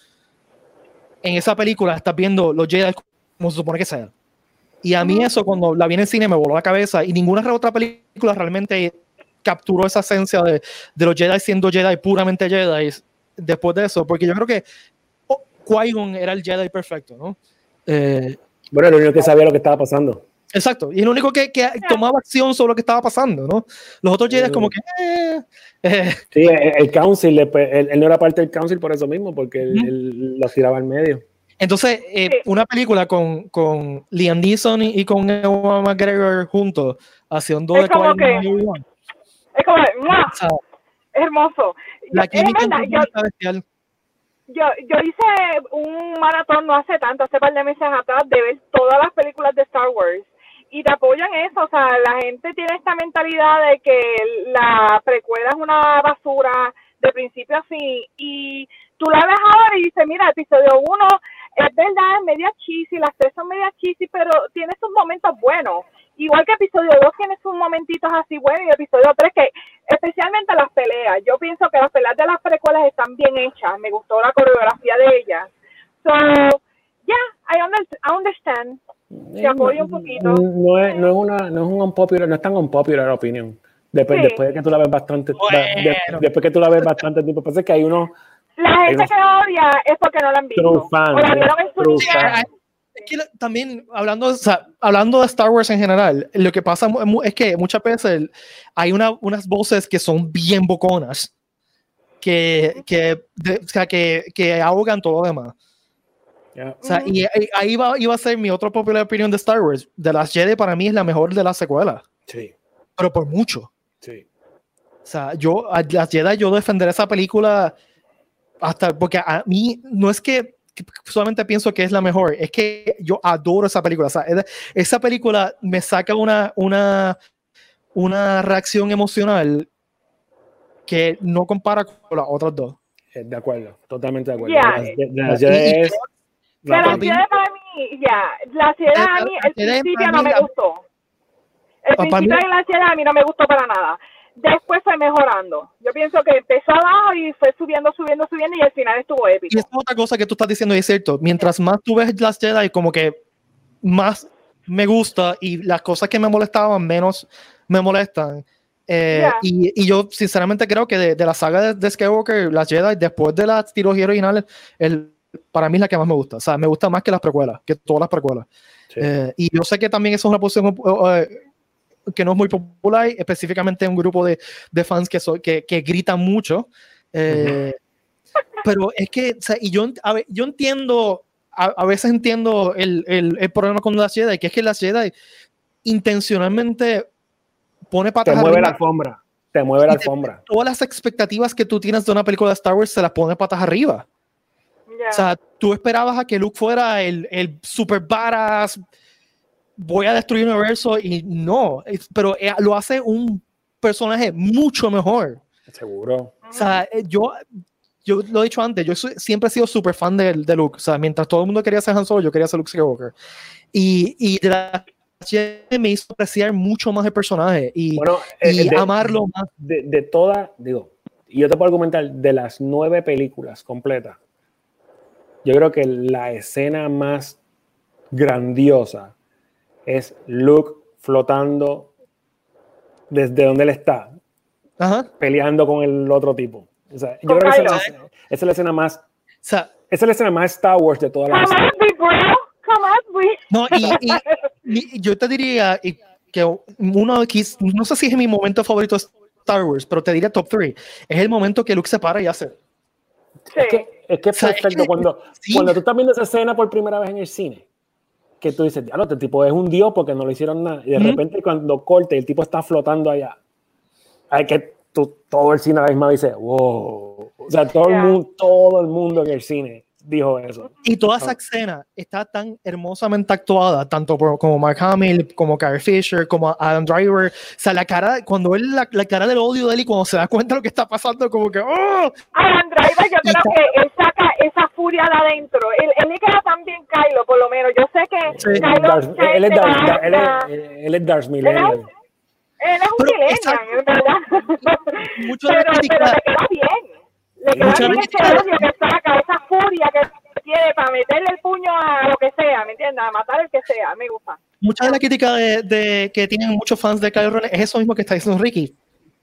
en esa película, estás viendo los Jedi como se supone que sea. Y a mí eso, cuando la vi en el cine, me voló la cabeza. Y ninguna otra película realmente capturó esa esencia de, de los Jedi siendo Jedi, puramente Jedi, después de eso. Porque yo creo que oh, Qui-Gon era el Jedi perfecto, ¿no? Eh, bueno, el único que sabía lo que estaba pasando. Exacto, y el único que, que tomaba acción sobre lo que estaba pasando, ¿no? Los otros Jedi como que... Eh, eh. Sí, el, el Council, él, él no era parte del Council por eso mismo, porque él, mm. él los tiraba al medio. Entonces, eh, una película con, con Liam Neeson y, y con Ewan McGregor juntos, haciendo de como que, es como, o sea, hermoso. La química es yo, está bestial. Yo, yo hice un maratón no hace tanto, hace par de meses atrás, de ver todas las películas de Star Wars. Y te apoyan eso, o sea, la gente tiene esta mentalidad de que la precuela es una basura de principio a fin, y tú la ves ahora y dices, mira, episodio uno es verdad, es media cheesy, las tres son media cheesy, pero tiene sus momentos buenos, igual que episodio dos tiene sus momentitos así buenos, y episodio tres que, especialmente las peleas, yo pienso que las peleas de las precuelas están bien hechas, me gustó la coreografía de ellas, so, yeah, I, under, I understand. Se apoya un poquito. No es, no es una, no es un unpopular, no es tan unpopular opinion. Después, sí. después de que tú la ves bastante, bueno. de, después que tú la ves bastante tiempo, pasa que hay unos. La gente unos, que odia es porque no la han visto. Fan, o la vieron en su día. Es que también hablando, o sea, hablando de Star Wars en general, lo que pasa es que muchas veces hay una, unas voces que son bien boconas, que, que, de, o sea, que, que ahogan todo lo demás. Yeah. O sea, y, y ahí iba, iba a ser mi otra popular opinión de Star Wars. The Last Jedi para mí es la mejor de las secuelas. Sí. Pero por mucho. Sí. O sea, yo, a Last Jedi, yo defenderé esa película hasta, porque a mí no es que, que solamente pienso que es la mejor, es que yo adoro esa película. O sea, esa película me saca una, una, una reacción emocional que no compara con las otras dos. De acuerdo, totalmente de acuerdo. Yeah. The Last Jedi es... La, la ciudad para mí, ya, la ciudad a mí, el principio no me gustó. El principio de la ciudad a mí no me gustó para nada. Después fue mejorando. Yo pienso que empezó abajo y fue subiendo, subiendo, subiendo y al final estuvo épico. Y esa otra cosa que tú estás diciendo y es cierto. Mientras más tú ves Last Jedi, como que más me gusta y las cosas que me molestaban menos me molestan. Eh, yeah. y, y yo sinceramente creo que de, de la saga de, de Skywalker, Last Jedi, después de la trilogía original, el para mí es la que más me gusta, o sea, me gusta más que las precuelas, que todas las precuelas. Sí. Eh, y yo sé que también eso es una posición uh, uh, que no es muy popular, específicamente en un grupo de, de fans que, so, que, que gritan mucho, eh, uh-huh. pero es que, o sea, y yo, a ver, yo entiendo, a, a veces entiendo el, el, el problema con las Jedi, que es que las Jedi intencionalmente pone patas te mueve arriba, la alfombra, te mueve la alfombra. Te, todas las expectativas que tú tienes de una película de Star Wars se las pone patas arriba. Yeah. O sea, tú esperabas a que Luke fuera el, el super badass, voy a destruir el universo, y no, pero lo hace un personaje mucho mejor. Seguro. O sea, yo, yo lo he dicho antes, yo soy, siempre he sido super fan de, de Luke. O sea, mientras todo el mundo quería ser Han Solo, yo quería ser Luke Skywalker. Y, y de la me hizo apreciar mucho más el personaje y, bueno, y de, amarlo más. De, de todas, digo, y yo te puedo argumentar, de las nueve películas completas, yo creo que la escena más grandiosa es Luke flotando desde donde él está, Ajá. peleando con el otro tipo. O sea, yo creo que esa, esa, esa es la escena más, o sea, esa es la escena más Star Wars de toda la escena. No, y, y, y yo te diría que uno aquí, no sé si es mi momento favorito de Star Wars, pero te diría top tres. Es el momento que Luke se para y hace. Sí. Es que es, que es perfecto. O sea, es que, cuando, sí. cuando tú estás viendo esa escena por primera vez en el cine, que tú dices, diablo, este tipo es un dios porque no le hicieron nada. Y de mm-hmm. repente cuando corte, el tipo está flotando allá. Hay que tú, todo el cine a la misma vez dice, wow. O sea, todo, yeah. el mundo, todo el mundo en el cine dijo eso. Y toda esa escena está tan hermosamente actuada, tanto por, como Mark Hamill, como Carrie Fisher, como Adam Driver. O sea, la cara, cuando él, la, la cara del odio de él y cuando se da cuenta de lo que está pasando, como que ¡oh! Adam Driver, yo creo y que él saca esa furia furia de adentro. Él, él le queda tan bien Kylo, por lo menos. Yo sé que Sí. Kylo... Darth- él, es se Darth, va- él, es, él es Darth Millennial. Él es un Pero, millennial, exacto. en verdad. Mucho de la pero, crítica- pero le queda bien. Le queda Mucha bien crítica- ese odio que saca, esa furia que tiene para meterle el puño a lo que sea, ¿me entiendes? A matar el que sea, me gusta. Mucha de la crítica de, de- que tienen muchos fans de Kylo Ren es eso mismo que está diciendo Ricky.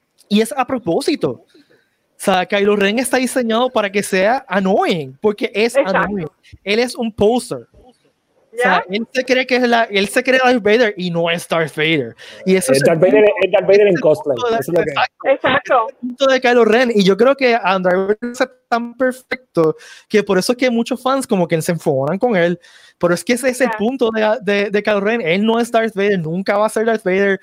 Y es a propósito. O sea, Kylo Ren está diseñado para que sea annoying, porque es Exacto. annoying. Él es un poser. O ¿Ya? sea, él se cree que es la, él se cree Darth Vader y no es Darth Vader. Y eso Es es Darth el Vader, punto- es Darth Vader en ese cosplay. punto de- Eso es lo que es. exacto. Exacto. El punto de Kylo Ren, y yo creo que Andrew es tan perfecto que por eso es que muchos fans como que se enfocan con él, pero es que ese es el Ya. punto de, de, de Kylo Ren. Él no es Darth Vader, nunca va a ser Darth Vader,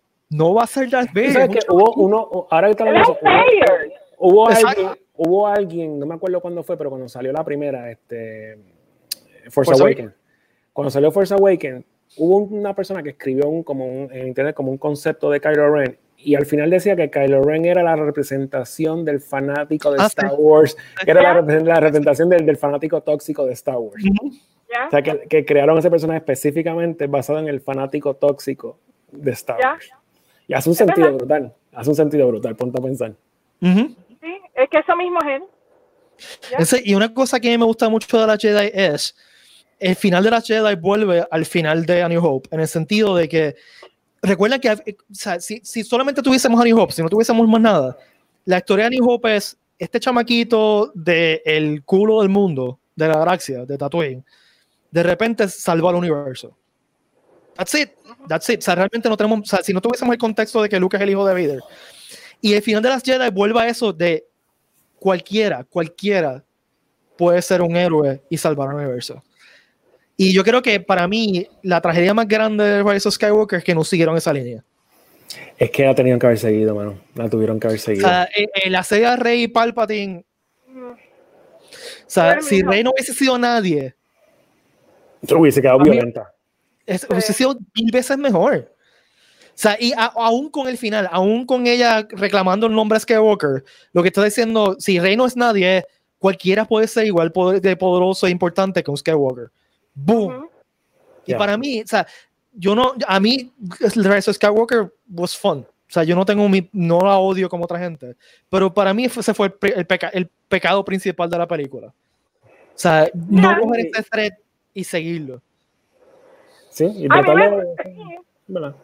no va a ser Darth Tú Vader. sabes que Mucho- hubo uno, ahora que estamos Él es hablando un de eso, player. hubo Exacto. alguien, hubo alguien, no me acuerdo cuándo fue, pero cuando salió la primera, este, Force Force Awakens, cuando salió Force Awakens, hubo una persona que escribió un, como un, en internet como un concepto de Kylo Ren, y al final decía que Kylo Ren era la representación del fanático de Ah, Star sí. Wars, que era la, Ya. represent- la representación del, del fanático tóxico de Star Wars. Ujú. ¿Ya? O sea, que, que crearon ese personaje específicamente basado en el fanático tóxico de Star ¿Ya? Wars. Y hace un Es sentido verdad. brutal. Hace un sentido brutal, ponte a pensar. Ujú. Sí, es que eso mismo es él. ¿Ya? Ese- y una cosa que me gusta mucho de la Jedi es el final de la Jedi vuelve al final de A New Hope, en el sentido de que recuerda que o sea, si, si solamente tuviésemos A New Hope, si no tuviésemos más nada, la historia de A New Hope es este chamaquito del culo del mundo, de la galaxia, de Tatooine, de repente salvó al universo. That's it. That's it. O sea, realmente no tenemos, o sea, si no tuviésemos el contexto de que Luke es el hijo de Vader, y el final de las Jedi vuelve a eso de cualquiera, cualquiera puede ser un héroe y salvar al universo. Y yo creo que para mí la tragedia más grande de Rise of Skywalker es que no siguieron esa línea. Es que la tenían que haber seguido, mano. La tuvieron que haber O seguido. sea, en, en la serie Rey y Palpatine, Mm. o sea, Bueno, si mijo. Rey no hubiese sido nadie, Eso hubiese quedado a mí- violenta. es, hubiese sido mil veces mejor. O sea, y a- aún con el final, aún con ella reclamando el nombre Skywalker, lo que está diciendo, si Rey no es nadie, cualquiera puede ser igual poder- de poderoso e importante que un Skywalker. Boom. Ujú. Y Yeah. para mí, o sea, yo no, a mí, el Rise of Skywalker was fun. O sea, yo no tengo mi, no la odio como otra gente. Pero para mí fue- ese fue el, pe- el, peca- el pecado principal de la película. O sea, no Ya. coger ese thread y seguirlo. Sí, y A mí, tratar me, de. sí. ¿Verdad?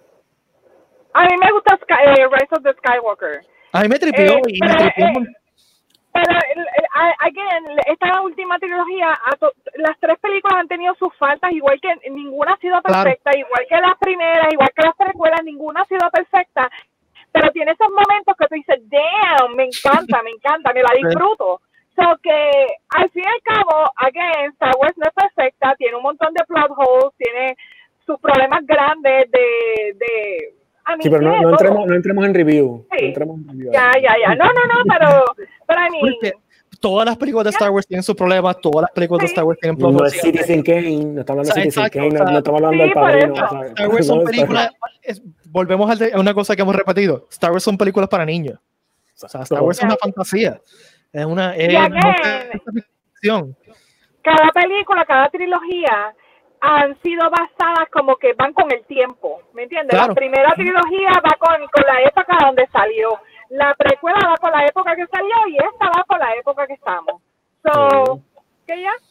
A mí me gusta Sky- eh, Rise of the Skywalker. A mí me tripió Eh, y me pero, tripió. eh, Pero, el- el- a- again, esta última trilogía, a to- las tres películas han tenido sus faltas, igual que ninguna ha sido Claro. perfecta, igual que las primeras, igual que las precuelas, ninguna ha sido perfecta, pero tiene esos momentos que tú dices, damn, me encanta, me encanta, me la disfruto. So que, al fin y al cabo, again, Star Wars no es perfecta, tiene un montón de plot holes, tiene sus problemas grandes de... de a mí Sí, pero no, tiene no, todo. entremos, no entremos en review. Sí. No entremos en review. Ya, ya, ya. No, no, no, pero, pero a mí... Porque todas las películas de Star Wars tienen sus problemas, todas las películas de Sí. Star Wars tienen No problemas. es Citizen Kane, no estamos hablando O sea, de Citizen exacto, Kane, o no, sea, no estamos hablando sí, del por padrino. eso. o sea, Star Wars son no, Star- películas, es- volvemos a una cosa que hemos repetido, Star Wars son películas para niños. O sea, Star Wars es una fantasía. Es una, es Y una again, ficción. cada película, cada trilogía han sido basadas como que van con el tiempo, ¿me entiendes? Claro. La primera trilogía va con, con la época donde salió, la precuela va con la época que salió y esta va con la época que estamos. So, ¿qué ya?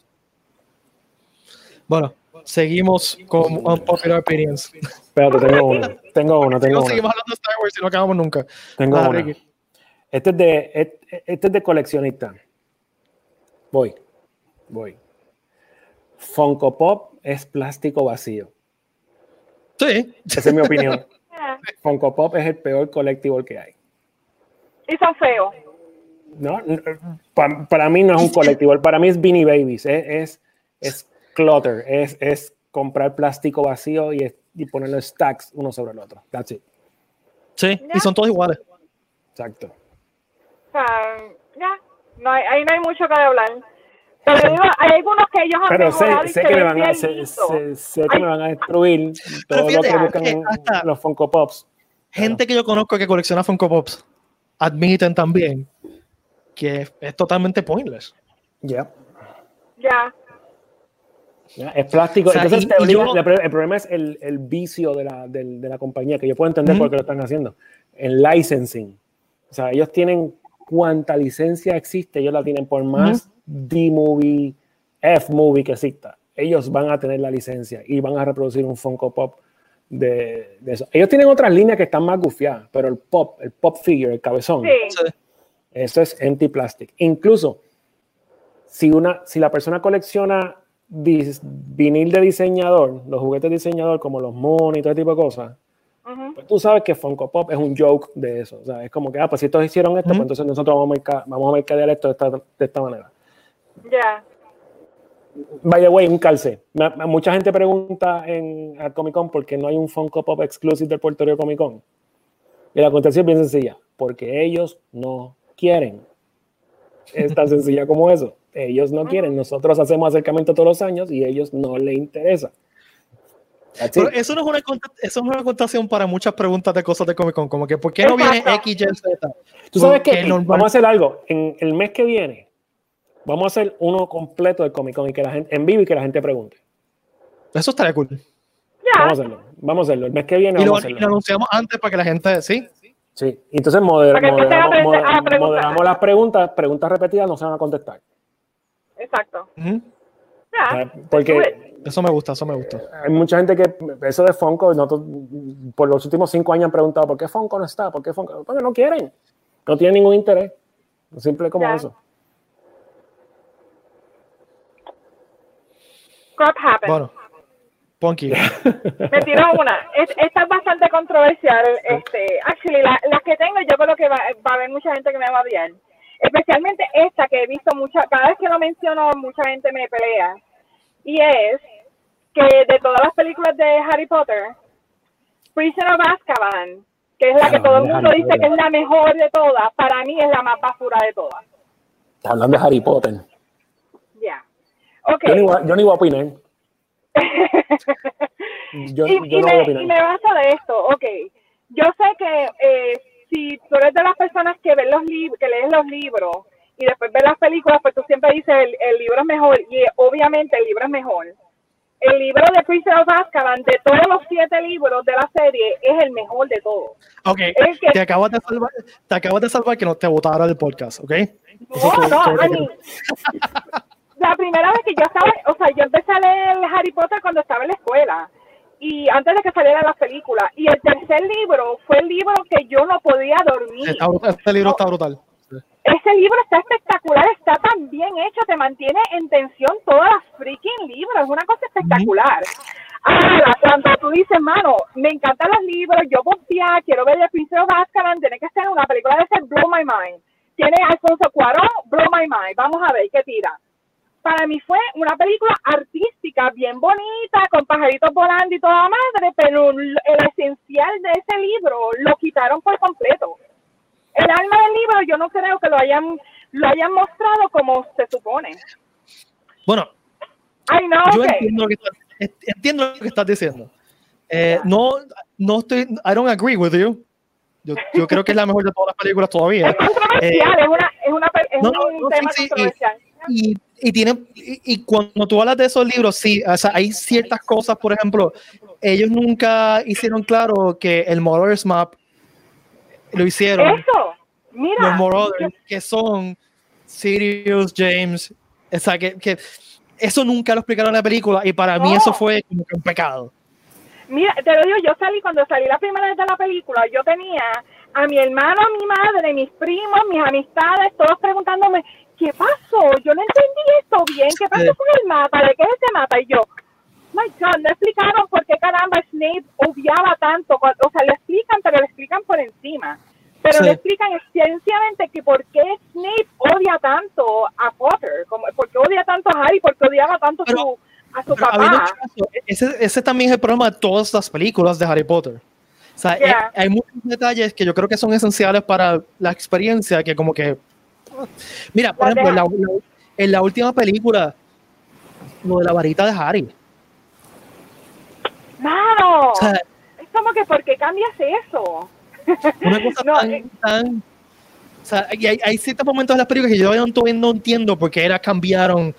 Bueno, seguimos con Unpopular Opinions. Espérate, tengo una. Tengo una, tengo No una. seguimos hablando de Star Wars y no acabamos nunca. Tengo Ah, una. Ricky. Este es de, este, este es de coleccionista. Voy. Voy. Funko Pop es plástico vacío. Sí. Esa es mi opinión. Eh, Funko Pop es el peor collectible que hay. Y son feos. ¿No? Pa- para mí no es un collectible. Para mí es Beanie Babies. Es, es, es clutter. Es, es comprar plástico vacío y, es- y ponerlo stacks uno sobre el otro. That's it. Sí, y son todos iguales. Exacto. O sea, ya, no hay, ahí no hay mucho que hablar. Pero digo, hay algunos que ellos han Pero sé, mejorado y sé se que, me ven van a, bien sé, lindos. sé- sé que me van a destruir todo lo fíjate, que buscan que en hasta- los Funko Pops. Gente que yo conozco que colecciona Funko Pops admiten también que es, es totalmente pointless. Ya. Ya. ¿Ya? Es plástico. O sea, Entonces, y- te y obliga- yo- el, el problema es el, el vicio de la, del- de la compañía, que yo puedo entender Ujú. por qué lo están haciendo. El licensing. O sea, ellos tienen cuánta licencia existe, ellos la tienen por más D-movie, F-movie que exista. Ellos van a tener la licencia y van a reproducir un Funko Pop de, de eso. Ellos tienen otras líneas que están más gufiadas, pero el pop, el pop figure, el cabezón, Sí. eso es anti-plastic. Incluso, si, una, si la persona colecciona dis, vinil de diseñador, los juguetes de diseñador como los Moon y todo ese tipo de cosas, Ujú. pues tú sabes que Funko Pop es un joke de eso. O sea, es como que, ah, pues si estos hicieron esto, Ujú. pues entonces nosotros vamos a, merca, vamos a mercadear esto de esta, de esta manera. Ya. By the way, un calce. Me- me- mucha gente pregunta en a Comic Con por qué no hay un Funko Pop exclusive del Puerto Rico Comic Con. Y la contestación es bien sencilla. Porque ellos no quieren. Es tan sencilla como eso. Ellos no quieren. Nosotros hacemos acercamiento todos los años y a ellos no les interesa. That's Pero it. eso no es una cont- eso no es una contestación para muchas preguntas de cosas de Comic Con, como que ¿por qué no viene Exacto. X, Y, Z? Tú sabes Porque que normal- vamos a hacer algo. En el mes que viene, vamos a hacer uno completo de Comic Con y que la gente, en vivo y que la gente pregunte. Eso estaría cool. Ya. Vamos a hacerlo. Vamos a hacerlo. El mes que viene Y lo, vamos a y lo hacerlo. anunciamos antes para que la gente, sí. Sí. Entonces moder- Para que empiecen a moderamos, aprender- a moder- preguntar. moderamos las preguntas. Preguntas repetidas no se van a contestar. Exacto. Ujú. O Ya. sea, porque Eso me gusta, eso me gusta. hay mucha gente que eso de Funko, nosotros, por los últimos cinco años han preguntado ¿por qué Funko no está? ¿Por qué Funko? Porque no quieren. No tienen ningún interés. Simple como Ya. eso. Crap happens. Bueno, Punky. Me tiró una. Es- esta es bastante controversial. Este, actually, la- las que tengo, yo creo que va, va a haber mucha gente que me va a odiar. Especialmente esta que he visto mucha, cada vez que lo menciono, mucha gente me pelea. Y es que de todas las películas de Harry Potter, Prisoner of Azkaban, que es la que Ah, todo el de mundo Harry dice Potter. que es la mejor de todas, para mí es la más basura de todas. Está hablando de Harry Potter. Ya. Ok. Yo ni voy a, yo ni voy a opinar. Yo, y, yo y no voy a me, opinar. y me baso de esto, ok. Yo sé que eh, si tú eres de las personas que ven los libros, que lees los libros y después ves las películas, pues tú siempre dices el, el libro es mejor y eh, obviamente el libro es mejor. El libro de Prisoner of Azkaban, de todos los siete libros de la serie, es el mejor de todos. Ok, Es que- te acabas de salvar, te acabas de salvar que no te votara del podcast, ¿ok? Eso No, fue- no, fue- I mean, la primera vez que yo estaba, o sea, yo empecé a leer Harry Potter cuando estaba en la escuela y antes de que salieran las películas. Y el tercer libro fue el libro que yo no podía dormir. Está brutal, este libro está brutal. Ese libro está espectacular, está tan bien hecho, te mantiene en tensión todas las freaking libros, es una cosa espectacular. Ahora, cuando tú dices, mano, me encantan los libros, yo confía, quiero ver The Prisoner of Azkaban, tiene que ser una película de ese Blow My Mind. Tiene a Alfonso Cuarón, Blow My Mind, vamos a ver qué tira. Para mí fue una película artística, bien bonita, con pajaritos volando y toda madre, pero el esencial de ese libro lo quitaron por completo. El alma del libro yo no creo que lo hayan lo hayan mostrado como se supone. Bueno, Ay, no, yo ok. entiendo lo que estás, entiendo lo que estás diciendo. Eh, no, no estoy, I don't agree with you. Yo, yo creo que es la mejor de todas las películas todavía. Es controversial, es una es una es no, un no, tema sí, sí, controversial. Y, y tiene y, y cuando tú hablas de esos libros, sí, o sea, hay ciertas cosas, por ejemplo, ellos nunca hicieron claro que el Mother's Map lo hicieron. Eso, mira. Los Marauders, que son Sirius, James, o sea, que, que eso nunca lo explicaron en la película y para mí No. eso fue como que un pecado. Mira, te lo digo, yo salí, cuando salí la primera vez de la película, yo tenía a mi hermano, a mi madre, mis primos, mis amistades, todos preguntándome, ¿qué pasó? Yo no entendí esto bien, ¿qué pasó con el mapa? ¿De qué es ese mapa? Y yo, my God, no explicaron por qué caramba Snape odiaba tanto, o sea, le explican, pero le explican por encima. Pero Sí. le explican extensivamente que por qué Snape odia tanto a Potter, como, por qué odia tanto a Harry, por qué odiaba tanto Pero- su, a su Pero habiendo papá. dicho eso, ese, ese también es el problema de todas las películas de Harry Potter. O sea, Yeah. eh, hay muchos detalles que yo creo que son esenciales para la experiencia, que como que... Mira, por Las ejemplo, en la, dejan. la- en la última película, lo de la varita de Harry. ¡Mano! O sea, Es como que, ¿por qué cambias eso? una cosa No, tan, eh, tan... O sea, y hay, hay ciertos momentos en las películas que yo no, todavía no entiendo por qué era cambiaron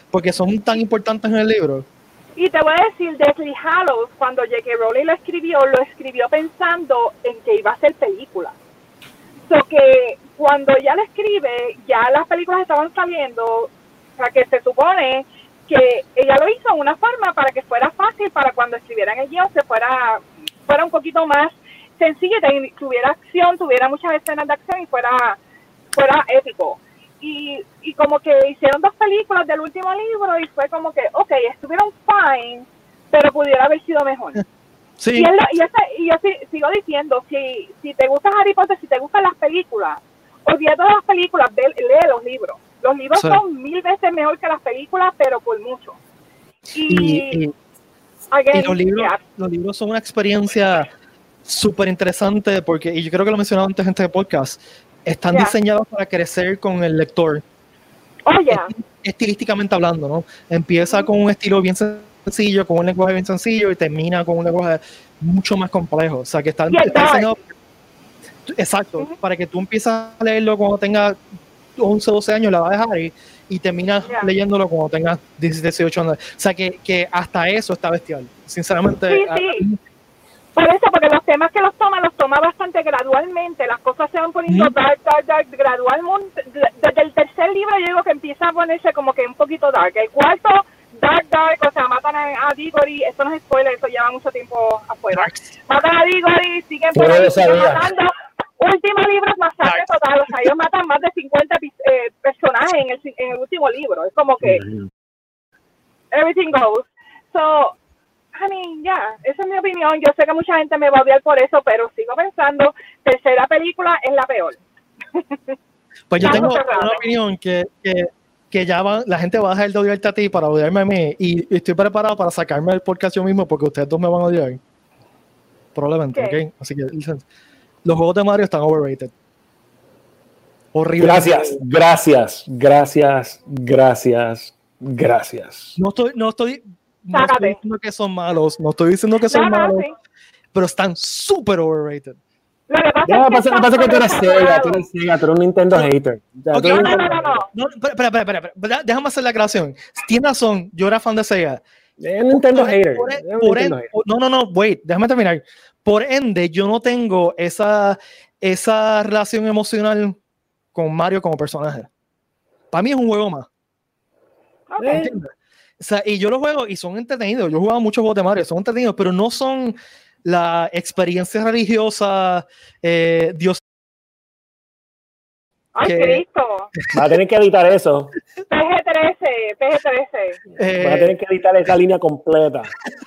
porque son tan importantes en el libro. Y te voy a decir, Deathly Hallows, cuando J K Rowling lo escribió, lo escribió pensando en que iba a ser película. So que cuando ella lo escribe, ya las películas estaban saliendo, o sea que se supone que ella lo hizo de una forma para que fuera fácil, para cuando escribieran el guión se fuera, fuera un poquito más sencillo, tuviera acción, tuviera muchas escenas de acción y fuera, fuera épico. Y, y como que hicieron dos películas del último libro y fue como que, ok, estuvieron fine, pero pudiera haber sido mejor. Sí. Y, él, y, ese, y yo sigo diciendo, si, si te gusta Harry Potter, si te gustan las películas, olvídate de las películas, lee, lee los libros. Los libros sí. son mil veces mejor que las películas, pero por mucho. Y, y, y, again, y los, libros, yeah. los libros son una experiencia súper interesante porque, y yo creo que lo he mencionado antes en este podcast, están yeah. diseñados para crecer con el lector. Oh, yeah. Estilísticamente hablando, ¿no? Empieza mm-hmm. con un estilo bien sencillo, con un lenguaje bien sencillo y termina con un lenguaje mucho más complejo. O sea, que está, yeah, está diseñado exacto, mm-hmm. para que tú empieces a leerlo cuando tengas once, doce años, la vas a dejar y, y terminas yeah. leyéndolo cuando tengas diecisiete, dieciocho años. O sea, que, que hasta eso está bestial. Sinceramente. Sí, sí. Por eso, porque los temas que los toma, los toma bastante gradualmente. Las cosas se van poniendo mm-hmm. dark, dark, dark, gradualmente. Desde el tercer libro yo digo que empieza a ponerse como que un poquito dark. El cuarto, dark, dark, o sea, matan a, a Diggory. Eso no es spoiler, eso lleva mucho tiempo afuera. Matan a Diggory, siguen por ahí, siguen matando. Último libro es masacre total, o sea, ellos matan más de cincuenta eh, personajes en el, en el último libro. Es como que mm-hmm. everything goes. So, I mean, ya, yeah, esa es mi opinión. Yo sé que mucha gente me va a odiar por eso, pero sigo pensando, tercera película es la peor. Pues yo tengo una opinión que, que, que ya va, la gente va a dejar de odiarte a ti para odiarme a mí, y, y estoy preparado para sacarme el podcast yo mismo porque ustedes dos me van a odiar. Probablemente, ¿ok? ¿okay? Así que los juegos de Mario están overrated. Horrible. Gracias, gracias, gracias, gracias, gracias. No estoy, no estoy... No estoy diciendo que son malos, no estoy diciendo que son no, no, malos, sí. pero están súper overrated. Lo que pasa no, es que, pasa, pasa que tú eres Sega, tú eres Sega, tú eres un Nintendo hater. Okay, no, no, no, no, no, no. Espera, espera, espera, espera, déjame hacer la aclaración. Tienes razón, yo era fan de Sega. Es un Nintendo por, hater. Por, es un por Nintendo en, hater. No, no, no, wait, déjame terminar. Por ende, yo no tengo esa, esa relación emocional con Mario como personaje. Para mí es un juego más. Okay. ¿Entiendes? O sea, y yo los juego y son entretenidos. Yo he jugado muchos juegos de Mario, son entretenidos, pero no son la experiencia religiosa, eh, Dios. ¡Ay, que... Cristo! Va a tener que editar eso. P G trece, P G trece. Eh... Va a tener que editar esa línea completa.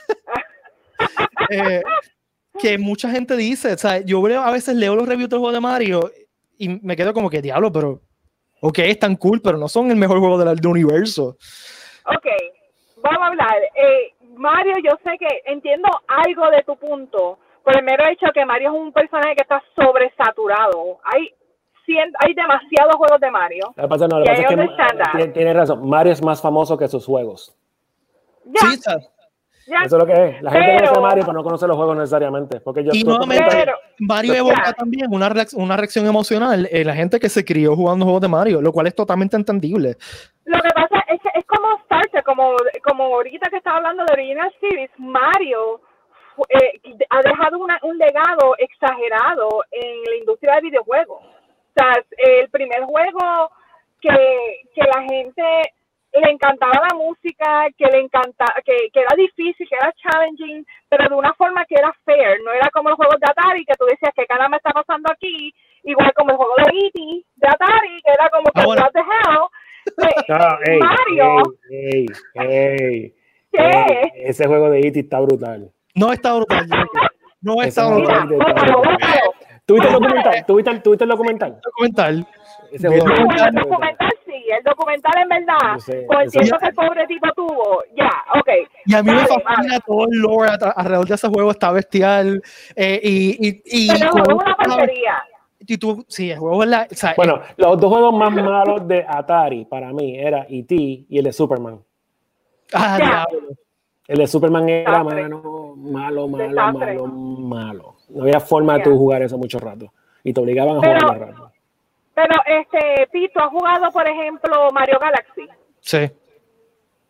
eh, que mucha gente dice, o sea, yo veo, a veces leo los reviews del juego de Mario y me quedo como que, diablo, pero ok, están cool, pero no son el mejor juego del, del universo. Ok, vamos a hablar. Eh, Mario, yo sé que entiendo algo de tu punto, por el mero hecho que Mario es un personaje que está sobresaturado. Hay cien, hay demasiados juegos de Mario. Lo que pasa, no, lo pasa es que tiene, tiene razón. Mario es más famoso que sus juegos. Ya. Sí, está. Ya. Eso es lo que es. La gente pero, conoce a Mario, pero no conoce los juegos necesariamente. Porque yo y nuevamente, pero, Mario evoca ya. también una, reacción, una reacción emocional en la gente que se crió jugando juegos de Mario, lo cual es totalmente entendible. Lo que pasa es que es como Star Trek, como, como ahorita que estaba hablando de Original Series, Mario eh, ha dejado una, un legado exagerado en la industria de videojuegos. O sea, el primer juego que, que la gente le encantaba la música, que le encantaba, que, que era difícil, que era challenging, pero de una forma que era fair, no era como los juegos de Atari, que tú decías, ¿qué cara me está pasando aquí? Igual como el juego de E T de Atari, que era como, ah, bueno. What the hell? No, ey, Mario. Ey, ey, ey, ¿Qué? Ey, ese juego de E T está brutal. No está brutal. No está Mira, brutal. ¿Tuviste el documental? ¿Tuviste el, ¿tuviste el documental? documental. Ese el, juego documental, el documental sí, el documental en verdad, no sé, con el tiempo que el pobre tipo tuvo, ya, yeah, ok. Y a mí vale, me fascina vale. todo el lore alrededor de ese juego, está bestial. Eh, y, y, y, Pero el juego es una porquería. Y tú, sí, el juego es la... O sea, bueno, eh, los dos juegos más malos de Atari para mí era E T y el de Superman. Ah, ya. diablo. El de Superman era Desastre. mano, malo, malo, Desastre. malo, malo. No había forma Ya. de tú jugar eso mucho rato. Y te obligaban a Pero, jugar más rato. Pero, este, Pito, ¿has jugado, por ejemplo, Mario Galaxy? Sí.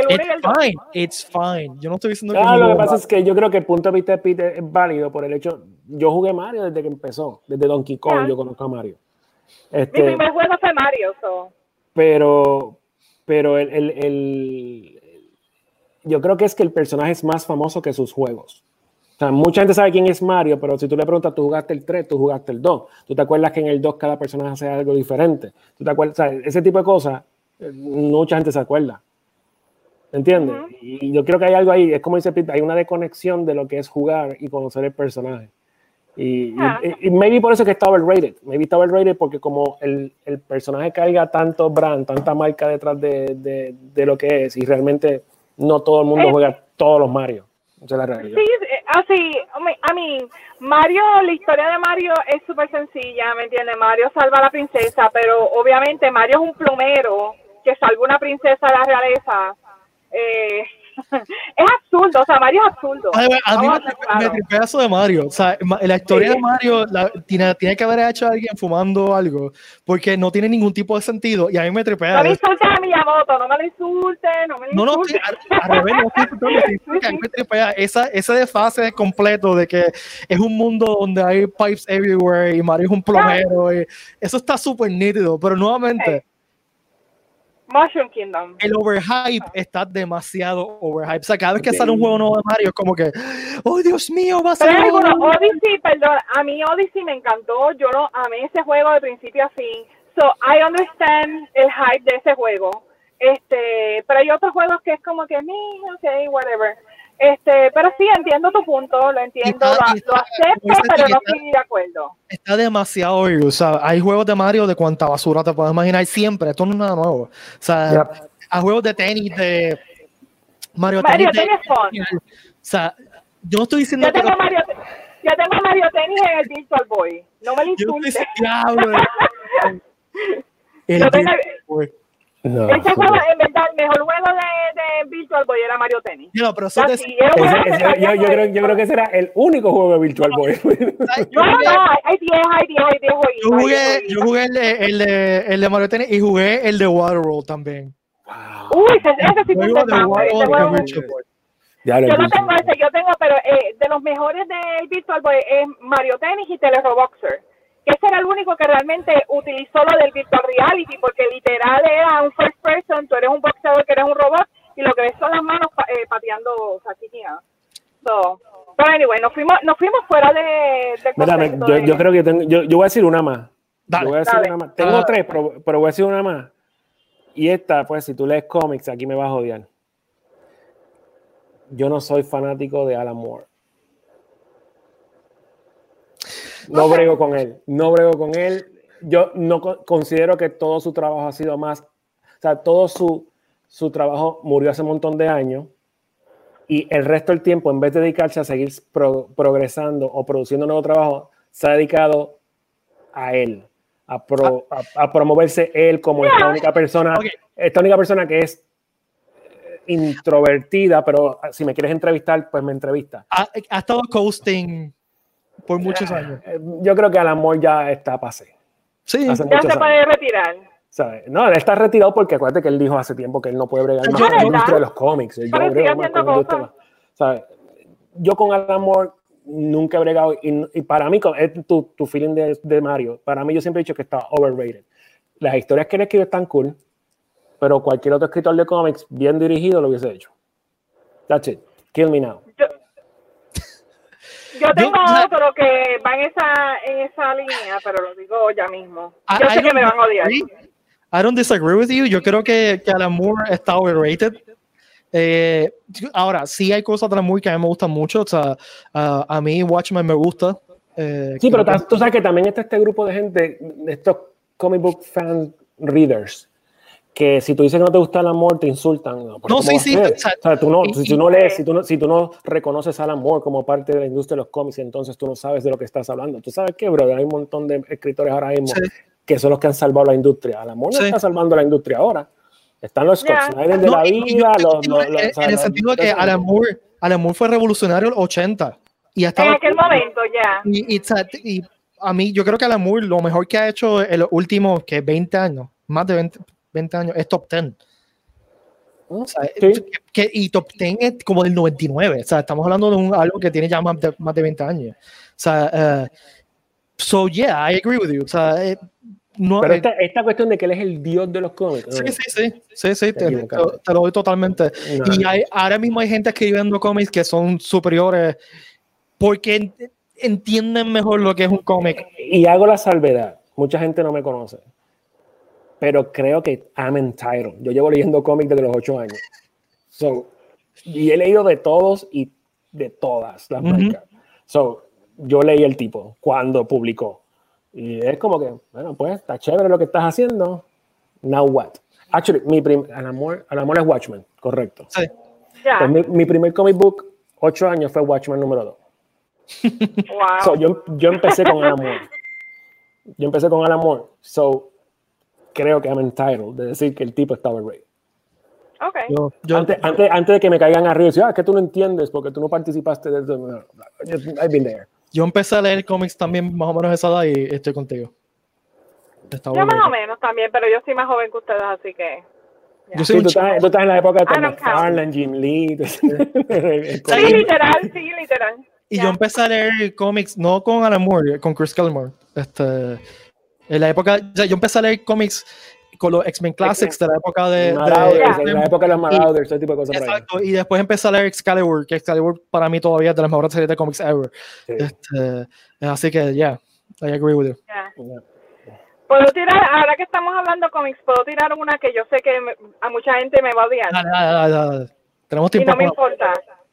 uno It's y el dos. fine, it's fine. Yo no estoy diciendo que Ah, no lo que lo pasa haga. es que yo creo que el punto de vista de Pete es válido por el hecho. Yo jugué Mario desde que empezó, desde Donkey Kong. Ya. Yo conozco a Mario. Mi Este, primer juego fue Mario, so. pero, pero el, el, el- yo creo que es que el personaje es más famoso que sus juegos. O sea, mucha gente sabe quién es Mario, pero si tú le preguntas, tú jugaste el tres, tú jugaste el dos. Tú te acuerdas que en el dos cada personaje hace algo diferente. Tú te acuerdas, o sea, ese tipo de cosas, eh, mucha gente se acuerda. ¿Entiendes? Ujú. Y yo creo que hay algo ahí, es como dice Pete, hay una desconexión de lo que es jugar y conocer el personaje. Y, Ah. y, y maybe por eso es que está overrated. Maybe está overrated porque como el, el personaje carga tanto brand, tanta marca detrás de, de, de lo que es, y realmente no todo el mundo Eh, juega todos los Mario. Esa es la realidad. Sí, eh, así, a mí, Mario, la historia de Mario es súper sencilla, ¿me entiendes? Mario salva a la princesa, pero obviamente Mario es un plomero que salva una princesa de la realeza. Eh, es absurdo, o sea, Mario es absurdo. Ay, güey, a mí Vamos me, a ser me claros. tripea eso de Mario. O sea, ma- la historia Sí. de Mario la- tiene, tiene que haber hecho a alguien fumando algo, porque no tiene ningún tipo de sentido. Y a mí me tripea No me eso. insultes a Miyamoto, no me lo insultes, no me lo No, no, insultes. estoy- al, al revés, no estoy insultando, estoy diciendo que a mí me tripea esa, ese desfase completo de que es un mundo donde hay pipes everywhere y Mario es un plomero. Y eso está súper nítido, pero nuevamente, Hey. Mushroom Kingdom. el overhype está demasiado overhype. O sea, cada vez que sale un juego nuevo de Mario es como que, oh Dios mío, va a ser Pero hay algunos, nuevo". Odyssey, perdón, a mí Odyssey me encantó, yo lo amé ese juego de principio a fin. So, I understand el hype de ese juego. Este, pero hay otros juegos que es como que, "Meh, ok, whatever. Este, pero sí, entiendo tu punto, lo entiendo, Y está- lo, y está- lo acepto, como dice pero Tiki, no está- estoy de acuerdo. Está demasiado obvio. O sea, hay juegos de Mario de cuánta basura te puedes imaginar siempre. Esto no es nada nuevo. O sea, Yep. hay juegos de tenis de Mario, Mario tenis. de- Tennis es fun. O sea, yo no estoy diciendo Yo que. tengo Mario, yo tengo Mario Tennis en el Virtual Boy, no me lo Yo no estoy insultes. diablo. El Yo tengo- Virtual Boy. No, Ese sí, juego, en verdad, el mejor juego de, de Virtual Boy era Mario Tennis. No, pero eso es Así, era un ese- juego que ese- salía yo, yo por- creo, yo creo que ese era el único juego de Virtual Boy. yo No, no, jugué, no, hay- hay diez, hay diez, hay diez jueguitos. yo hay jugué, diez yo jueguitos. jugué el, de, el, de, el de Mario Tennis y jugué el de Waterworld también. Wow. Uy, ese, ese sí fue Juego de interesante. Ese Waterworld juego- de Virtual Boy. Ya lo Yo no he tengo visto. ese, yo tengo, pero eh, de los mejores del Virtual Boy es Mario Tennis y Teleroboxer. Que ese era el único que realmente utilizó lo del Virtual Reality, porque literal era un first person, tú eres un boxeador que eres un robot, y lo que ves son las manos pa- eh, pateando saquiñas. So, pero anyway, nos fuimos, nos fuimos fuera de, del Mira, me- concepto yo, de- yo creo que tengo, yo, yo voy a decir una más. Dale, yo voy a decir dale. una más. Tengo Ah. tres, pero, pero voy a decir una más. Y esta, pues, si tú lees cómics, aquí me vas a odiar. Yo no soy fanático de Alan Moore. No brego con él. No brego con él. Yo no co- considero que todo su trabajo ha sido más. O sea, todo su, su trabajo murió hace un montón de años. Y el resto del tiempo, en vez de dedicarse a seguir pro- progresando o produciendo nuevo trabajo, se ha dedicado a él, a, pro- a, a promoverse él como esta única persona, Ok. esta única persona que es eh, introvertida, pero si me quieres entrevistar, pues me entrevista. Ha, ha estado coasting por muchos años. Eh, Yo creo que Alan Moore ya está pasé. Sí. Hace ya muchos se puede años. retirar. ¿Sabes? No, él está retirado porque acuérdate que él dijo hace tiempo que él no puede bregar más Yo- con la yo- industria de los cómics. Yo Pero brego sigue más haciendo con la industria. cosas. ¿Sabes? Yo con Alan Moore nunca he bregado y, y para mí, con- es tu, tu feeling de, de Mario, para mí yo siempre he dicho que está overrated. Las historias que él escribe están cool, pero cualquier otro escritor de cómics bien dirigido lo hubiese hecho. That's it. Kill me now. Yo, yo tengo Yo- otro que va en esa, en esa línea, pero lo digo ya mismo. I- Yo I sé que don't me van a odiar. disagree. I don't disagree with you. Yo creo que, que Alan Moore está overrated. Eh, ahora, sí hay cosas de Alan Moore que a mí me gustan mucho. O sea, a- a mí Watchmen me gusta. Eh, Sí, pero creo ta- tú sabes que también está este grupo de gente, de estos comic book fan readers, que si tú dices que no te gusta Alan Moore, te insultan. No, pero No, ¿cómo sí, va a sí, ser? o sea, O sea, tú no, y- si tú no lees, si tú no, si tú no reconoces a Alan Moore como parte de la industria de los cómics, entonces tú no sabes de lo que estás hablando. ¿Tú sabes qué, brother? Hay un montón de escritores ahora mismo Sí. que son los que han salvado la industria. Alan Moore no Sí. está salvando la industria ahora. Están los Scott Ya. Snyder de No, la y- y yo vida. creo los- que los- en- los- o en sea, el los- sentido de que Alan Moore, Alan Moore fue revolucionario en los ochenta. Y, En estaba, aquel momento ya. y, y, o sea, y a mí, yo creo que Alan Moore lo mejor que ha hecho en los últimos que veinte años, más de veinte, veinte años, es top diez. O sea, Sí. que, y Top diez es como del noventa y nueve. O sea, estamos hablando de un, algo que tiene ya más de, más de veinte años. O sea, uh, so yeah, I agree with you. O sea, eh, no, Pero eh, esta, esta cuestión de que él es el dios de los cómics. sí, no, sí, sí, sí, sí, te, te, equivocado. te lo doy totalmente. No, y no. hay, ahora mismo hay gente escribiendo cómics que son superiores porque en- entienden mejor lo que es un cómic. Y hago la salvedad. Mucha gente no me conoce. Pero creo que I'm entitled. Yo llevo leyendo cómics desde los ocho años. So, y he leído de todos y de todas las Ujú. marcas. So, yo leí el tipo cuando publicó. Y es como que, bueno, pues está chévere lo que estás haciendo. Now what? Actually, mi prim al, amor, al amor es Watchmen, correcto. Sí. Ya. Pues mi, mi primer comic book, ocho años, fue Watchmen número dos. Wow. So, yo, yo empecé con Alan Moore. Yo empecé con Alan Moore. So, creo que I'm entitled de decir que el tipo estaba ready. Okay. Yo, yo, Antes, antes, antes de que me caigan arriba y decir, ah, es que tú no entiendes porque tú no participaste de eso. No, no, I've been there. yo empecé a leer cómics también más o menos a esa edad y estoy contigo. Está Yo bueno. más o menos también, pero yo soy más joven que ustedes, así que... Yo soy Sí, un tú, chico. estás, tú estás en la época de I Tom don't count. McFarlane, Jim Lee. el Sí, comic. literal, sí, literal. Y Ya. yo empecé a leer cómics, no con Alan Moore, con Chris Claremont. Este, en la época, o sea, yo empecé a leer cómics con los X-Men Classics de la época de... de- Marauders, en la época de los y- Marauders, ese tipo de cosas por ahí. Exacto, y después empecé a leer Excalibur, que Excalibur para mí todavía es de las mejores series de cómics ever. Sí. Este, así que, yeah, I agree with you. Ya. Yeah. Puedo tirar, ahora que estamos hablando cómics, puedo tirar una que yo sé que me- a mucha gente me va a odiar. Dale, dale, dale, dale. Tenemos Y tiempo. no me para- importa.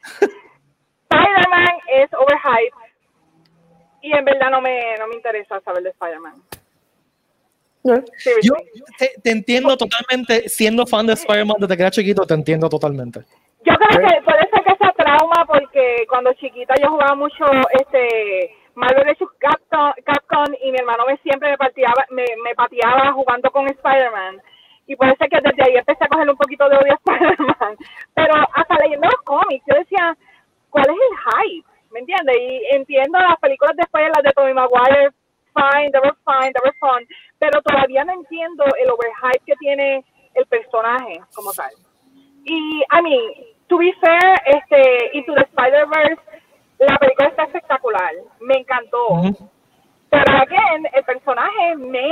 Spider-Man es overhyped. Y en verdad no me, no me interesa saber de Spider-Man. Yeah. Seriously. Yo te, te entiendo totalmente, siendo fan de Spider-Man desde que era chiquito, te entiendo totalmente. Yo creo que puede ser que sea trauma porque cuando chiquita yo jugaba mucho este Marvel versus. Capcom, Capcom y mi hermano me siempre me pateaba, me, me pateaba jugando con Spider-Man. Y puede ser que desde ahí empecé a coger un poquito de odio a Spider-Man. Pero hasta leyendo los cómics, yo decía, ¿cuál es el hype? ¿Me entiendes? Y entiendo las películas después, las de Tobey Maguire, fine, they were fine, they were fun. Pero todavía no entiendo el overhype que tiene el personaje como tal. Y, I mean, to be fair, este, Into the Spider-Verse, la película está espectacular. Me encantó. Ujú. Pero, again, el personaje me...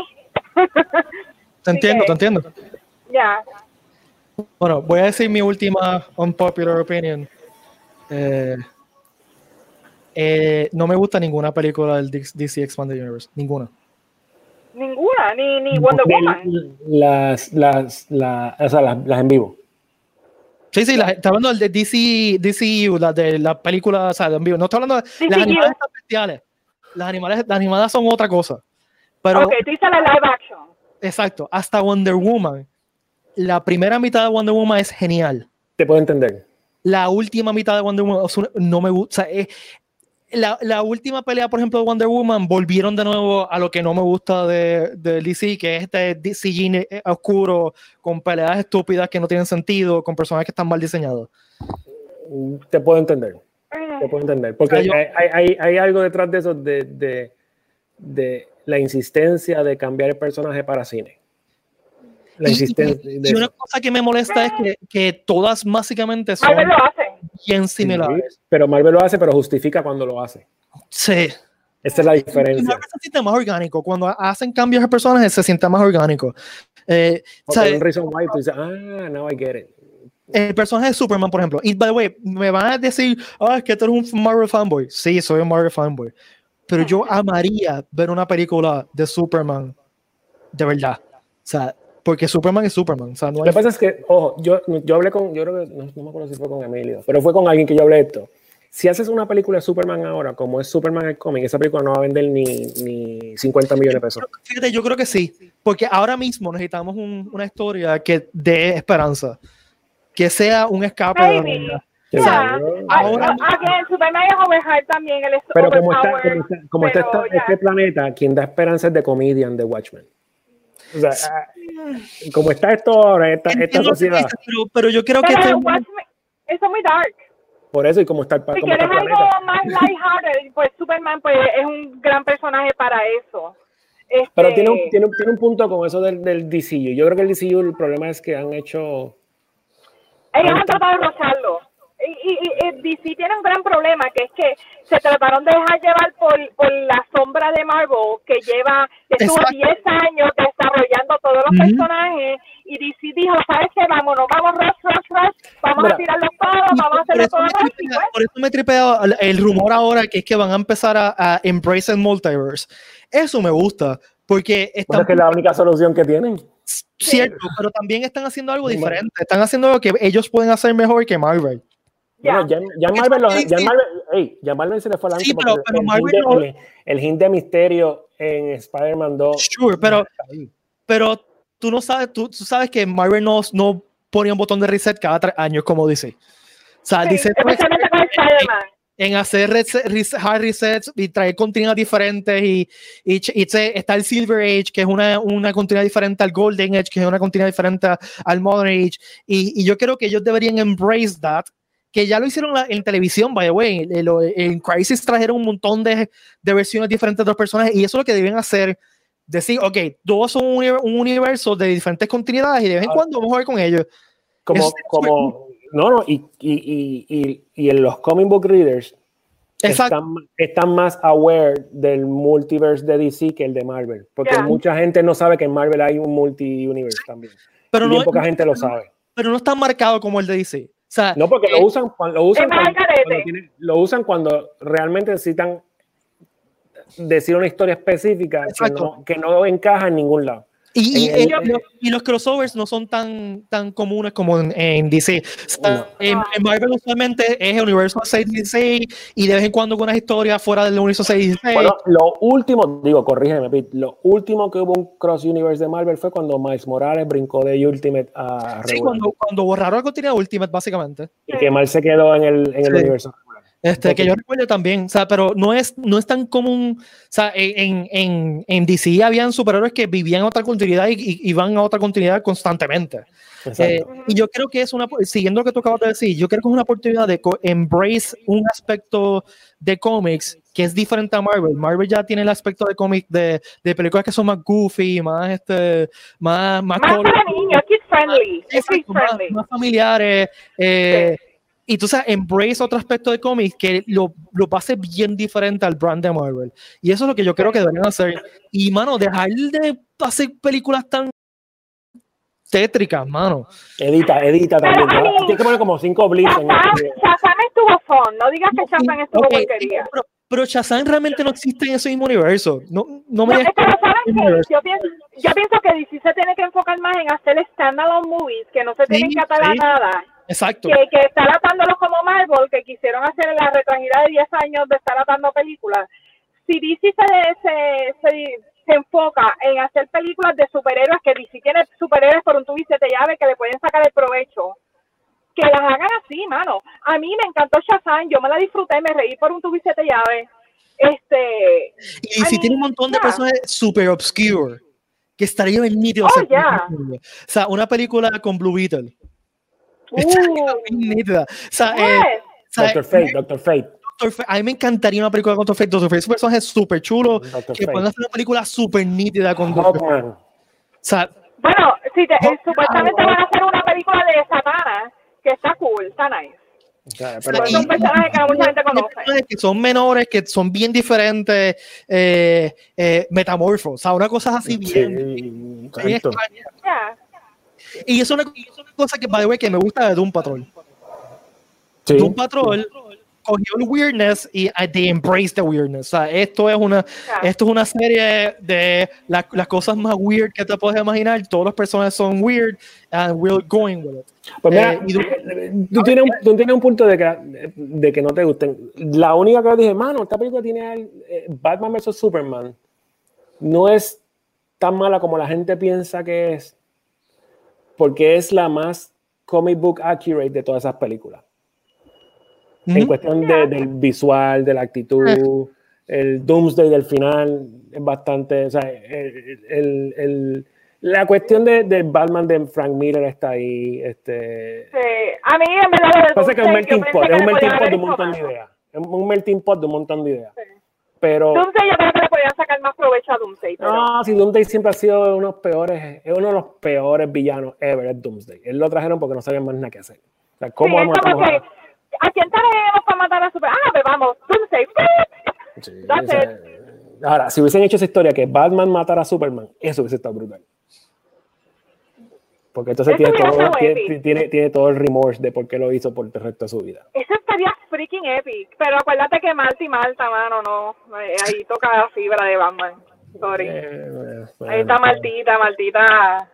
Te entiendo, te entiendo. Ya. Bueno, voy a decir mi última unpopular opinion. Eh, eh, no me gusta ninguna película del D C Expanded Universe. Ninguna. Ninguna, ni, ni Wonder Woman. Las, las, la, o sea, las, las en vivo. Sí, sí, la, está hablando del de D C, D C U, la de la película, o sea, de en vivo. No estoy hablando de D C U. las animadas están bestiales. Las animales, las animadas son otra cosa. Pero, Ok, tú dices la live action. exacto, hasta Wonder Woman. La primera mitad de Wonder Woman es genial. Te puedo entender. La última mitad de Wonder Woman es una- no me gusta. O sea, es- la, la última pelea, por ejemplo, de Wonder Woman, volvieron de nuevo a lo que no me gusta de, de D C, que es este C G oscuro, con peleas estúpidas que no tienen sentido, con personajes que están mal diseñados. Te puedo entender. Te puedo entender. Porque Ay, yo- hay, hay, hay algo detrás de eso, de, de, de la insistencia de cambiar el personaje para cine. La Y- insistencia y, de y una eso. cosa que me molesta es que, que todas básicamente son Marvel lo hace. bien Sí, similares. pero Marvel lo hace, pero justifica cuando lo hace. Sí. Esa es la Y diferencia. Marvel se siente más orgánico. Cuando hacen cambios de personajes, se siente más orgánico. Eh, o Porque sea, hay un reason why tú dices, ah, now I get it. el personaje de Superman, por ejemplo. Y, by the way, me van a decir, ah, es que tú eres un Marvel fanboy. Sí, soy un Marvel fanboy. Pero yo amaría ver una película de Superman de verdad. O sea, porque Superman es Superman. O sea, no Lo hay... que pasa es que, ojo, yo, yo hablé con, yo creo que, no, no me acuerdo si fue con Emilio, pero fue con alguien que yo hablé de esto. Si haces una película de Superman ahora, como es Superman el cómic, esa película no va a vender ni, ni cincuenta millones de pesos. Fíjate, yo creo que sí. Porque ahora mismo necesitamos un- una historia que dé esperanza. Que sea un escape de la Maybe. realidad. Sí, Ya. claro. Ahora- Ah, Again, Superman es overhyped también. Él es Pero como está, overpowered, como está, como está pero esta- ya. este planeta, quien da esperanza es The Comedian de Watchmen. O sea, ah, como está esto ahora, esta, esta Entiendo lo que sociedad, dices, pero, pero yo creo que Pero este- Watchmen, eso es muy dark. por eso y como está el, pa- Si como está quieres el algo planeta. más lighthearted, pues Superman pues, es un gran personaje para eso. Este, Pero tiene un, tiene, un- tiene un punto con eso del, del D C U. Yo creo que el D C U, el problema es que han hecho Ellos han tratado de rozarlo. Y, y, y D C tiene un gran problema, que es que se trataron de dejar llevar por, por la sombra de Marvel, que lleva, que estuvo diez años desarrollando todos los uh-huh. personajes, y D C dijo, ¿sabes qué? Vámonos, vamos, rush, rush, rush, vamos Mira, a tirarlos todos, vamos a hacerlo todo rush. Tripea, pues. Por eso me tripea el, el rumor ahora, que es que van a empezar a, a embrace el multiverse. Eso me gusta, porque están... Bueno, es que es la única solución que tienen. Cierto, sí. Pero también están haciendo algo diferente, están haciendo algo que ellos pueden hacer mejor que Marvel. Bueno, ya, ya, Marvel, lo, ya, Marvel, hey, ya Marvel se le fue adelante, sí, pero, pero el, Marvel hint de, no... el, el hint de misterio en Spider-Man dos. Sure, pero, pero tú no sabes, tú, tú sabes que Marvel no, no pone un botón de reset cada tres años, como dice. O sea, sí, dice especialmente con Spider-Man. En hacer reset, reset, hard resets y traer continuidades diferentes y, y, y está el Silver Age, que es una, una continuidad diferente al Golden Age, que es una continuidad diferente al Modern Age, y, y yo creo que ellos deberían embrace that, que ya lo hicieron en, en televisión, by the way. En, en Crisis trajeron un montón de, de versiones diferentes de los personajes, y eso es lo que deben hacer, decir, ok, todos son un, un universo de diferentes continuidades, y de vez en ah, cuando vamos a ver con ellos. Como, como no, no, y, y, y, y, y en los comic book readers están, están más aware del multiverse de D C que el de Marvel, porque yeah. mucha gente no sabe que en Marvel hay un multi-universe también, pero no, poca gente lo sabe. Pero no está marcado como el de D C. O sea, no, porque eh, lo usan, lo usan, cuando, cuando tienen, lo usan cuando realmente necesitan decir una historia específica que no, que no encaja en ningún lado. Y, y, el, ellos, el, y los crossovers no son tan, tan comunes como en, en D C. O sea, no. en, en Marvel usualmente es el universo seiscientos dieciséis y de vez en cuando con unas historias fuera del universo seiscientos dieciséis. Bueno, lo último, digo, corrígeme, Pete, lo último que hubo un cross universe de Marvel fue cuando Miles Morales brincó de Ultimate a regular. Sí, cuando, cuando borraron la continuidad de Ultimate, básicamente. Y que Miles se quedó en el, en el sí. universo. Este, okay. Que yo recuerdo también, o sea, pero no es, no es tan común, o sea, en, en, en D C habían superhéroes que vivían en otra continuidad y, y, y van a otra continuidad constantemente. Eh, y yo creo que es una, siguiendo lo que tú acabas de decir, yo creo que es una oportunidad de embrace un aspecto de cómics que es diferente a Marvel. Marvel ya tiene el aspecto de cómics de, de películas que son más goofy, más este, más, más, más para niños, kid friendly, exacto, más, más familiares, eh, sí. Y tú sabes, embrace otro aspecto de cómics que lo, lo pase bien diferente al brand de Marvel. Y eso es lo que yo creo que deberían hacer. Y, mano, dejar de hacer películas tan tétricas, mano. Edita, edita también. Tienes que poner como cinco blips en este. Shazam estuvo fun. No digas que Shazam estuvo okay, porquería. Pero, pero Shazam realmente no existe en ese mismo universo. No, no me no, digas pero ¿saben qué? Yo pienso, yo pienso que D C se tiene que enfocar más en hacer standalone movies, que no se tienen sí, que atar a sí. nada. Exacto. Que, que estar atándolos como Marvel, que quisieron hacer la retroactividad de diez años de estar atando películas. Si D C se, se, se, se enfoca en hacer películas de superhéroes, que D C tiene superhéroes por un tubo y siete llaves que le pueden sacar el provecho, que las hagan así, mano. A mí me encantó Shazam, yo me la disfruté, me reí por un tubo y siete llaves. Este, y D C tiene un montón yeah. de personajes super obscure que estaría bien nítido. Oh, yeah. O sea, una película con Blue Beetle. Uh, o sea, eh, Doctor Fate, Doctor Fate. Doctor Fate. A mí me encantaría una película con Doctor Fate. Doctor Fate es un personaje súper chulo. Doctor que pueden hacer una película súper nítida con Doctor Fate. O sea, bueno, si te, eh, supuestamente van a hacer una película de Satana que está cool, está nice. O sea, pero son personajes que no mucha gente conoce. Que son menores, que son bien diferentes, eh, eh, metamorfos. O sea, una cosa así bien. Sí, bien yeah. Y eso es una, una cosa que, by the way, que me gusta de Doom Patrol. Sí. Doom Patrol cogió el weirdness y uh, they embraced the weirdness. O sea, esto es una, yeah. esto es una serie de la, las cosas más weird que te puedes imaginar. Todos los personajes son weird and we're going with it. Pues mira, eh, y tú, tú, tienes un, tú tienes un punto de que, de que no te gusten. La única que dije, mano, esta película tiene el, eh, Batman versus Superman. No es tan mala como la gente piensa que es, porque es la más comic book accurate de todas esas películas. Mm-hmm. En cuestión de, del visual, de la actitud, el Doomsday del final es bastante, o sea, el, el, el, la cuestión de, de Batman de Frank Miller está ahí. Este, sí, a mí en verdad pasa que es un melting pot, es un melting pot de un montón de ideas. Es un melting pot de un montón de ideas. Sí. Pero Doomsday yo creo que le podían sacar más provecho a Doomsday. Pero... No, si Doomsday siempre ha sido uno de los peores, es uno de los peores villanos ever, es Doomsday. Él lo trajeron porque no sabían más nada que hacer. sea, ¿cómo sí, es como matamos que, a... ¿a quién tenemos para matar a Superman? Ah, pues vamos, Doomsday. Sí, That's o sea, it. ahora, si hubiesen hecho esa historia que Batman matara a Superman, eso hubiese estado brutal. Porque entonces Eso tiene hubiera todo, sido tiene, epic. tiene, tiene todo el remorse de por qué lo hizo por el resto de su vida. Eso estaría freaking epic. Pero acuérdate que Marta y Marta, mano, no. Ahí, ahí toca la fibra de Batman. Sorry. Eh, eh, Ahí está eh, Martita, Martita.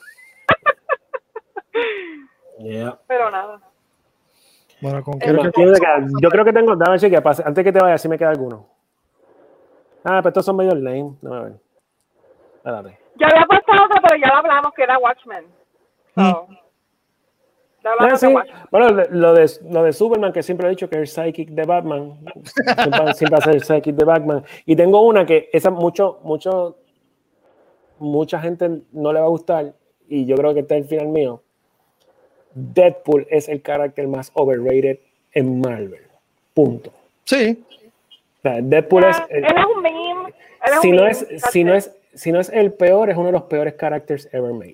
yeah. Pero nada. Bueno, con Eh, quiero que ¿Quién me queda? Yo creo que tengo, dame chequear, pase- antes que te vayas, si me queda alguno. Ah, pero estos son medio lame. No, a ver. Espérate. Yo había puesto otra, pero ya lo hablamos, que era Watchmen. So, ya Ah, hablamos sí. de Watchmen. Bueno, lo de, lo de Superman, que siempre he dicho que es el psychic de Batman. Siempre, siempre va a ser el psychic de Batman. Y tengo una que esa mucho, mucho, mucha gente no le va a gustar, y yo creo que este es el final mío. Deadpool es el carácter más overrated en Marvel. Punto. Sí. O sea, Deadpool Yeah, es... el- él es un meme. Él es si, un no meme. es, That's si, no it. es, si no es el peor, es uno de los peores characters ever made.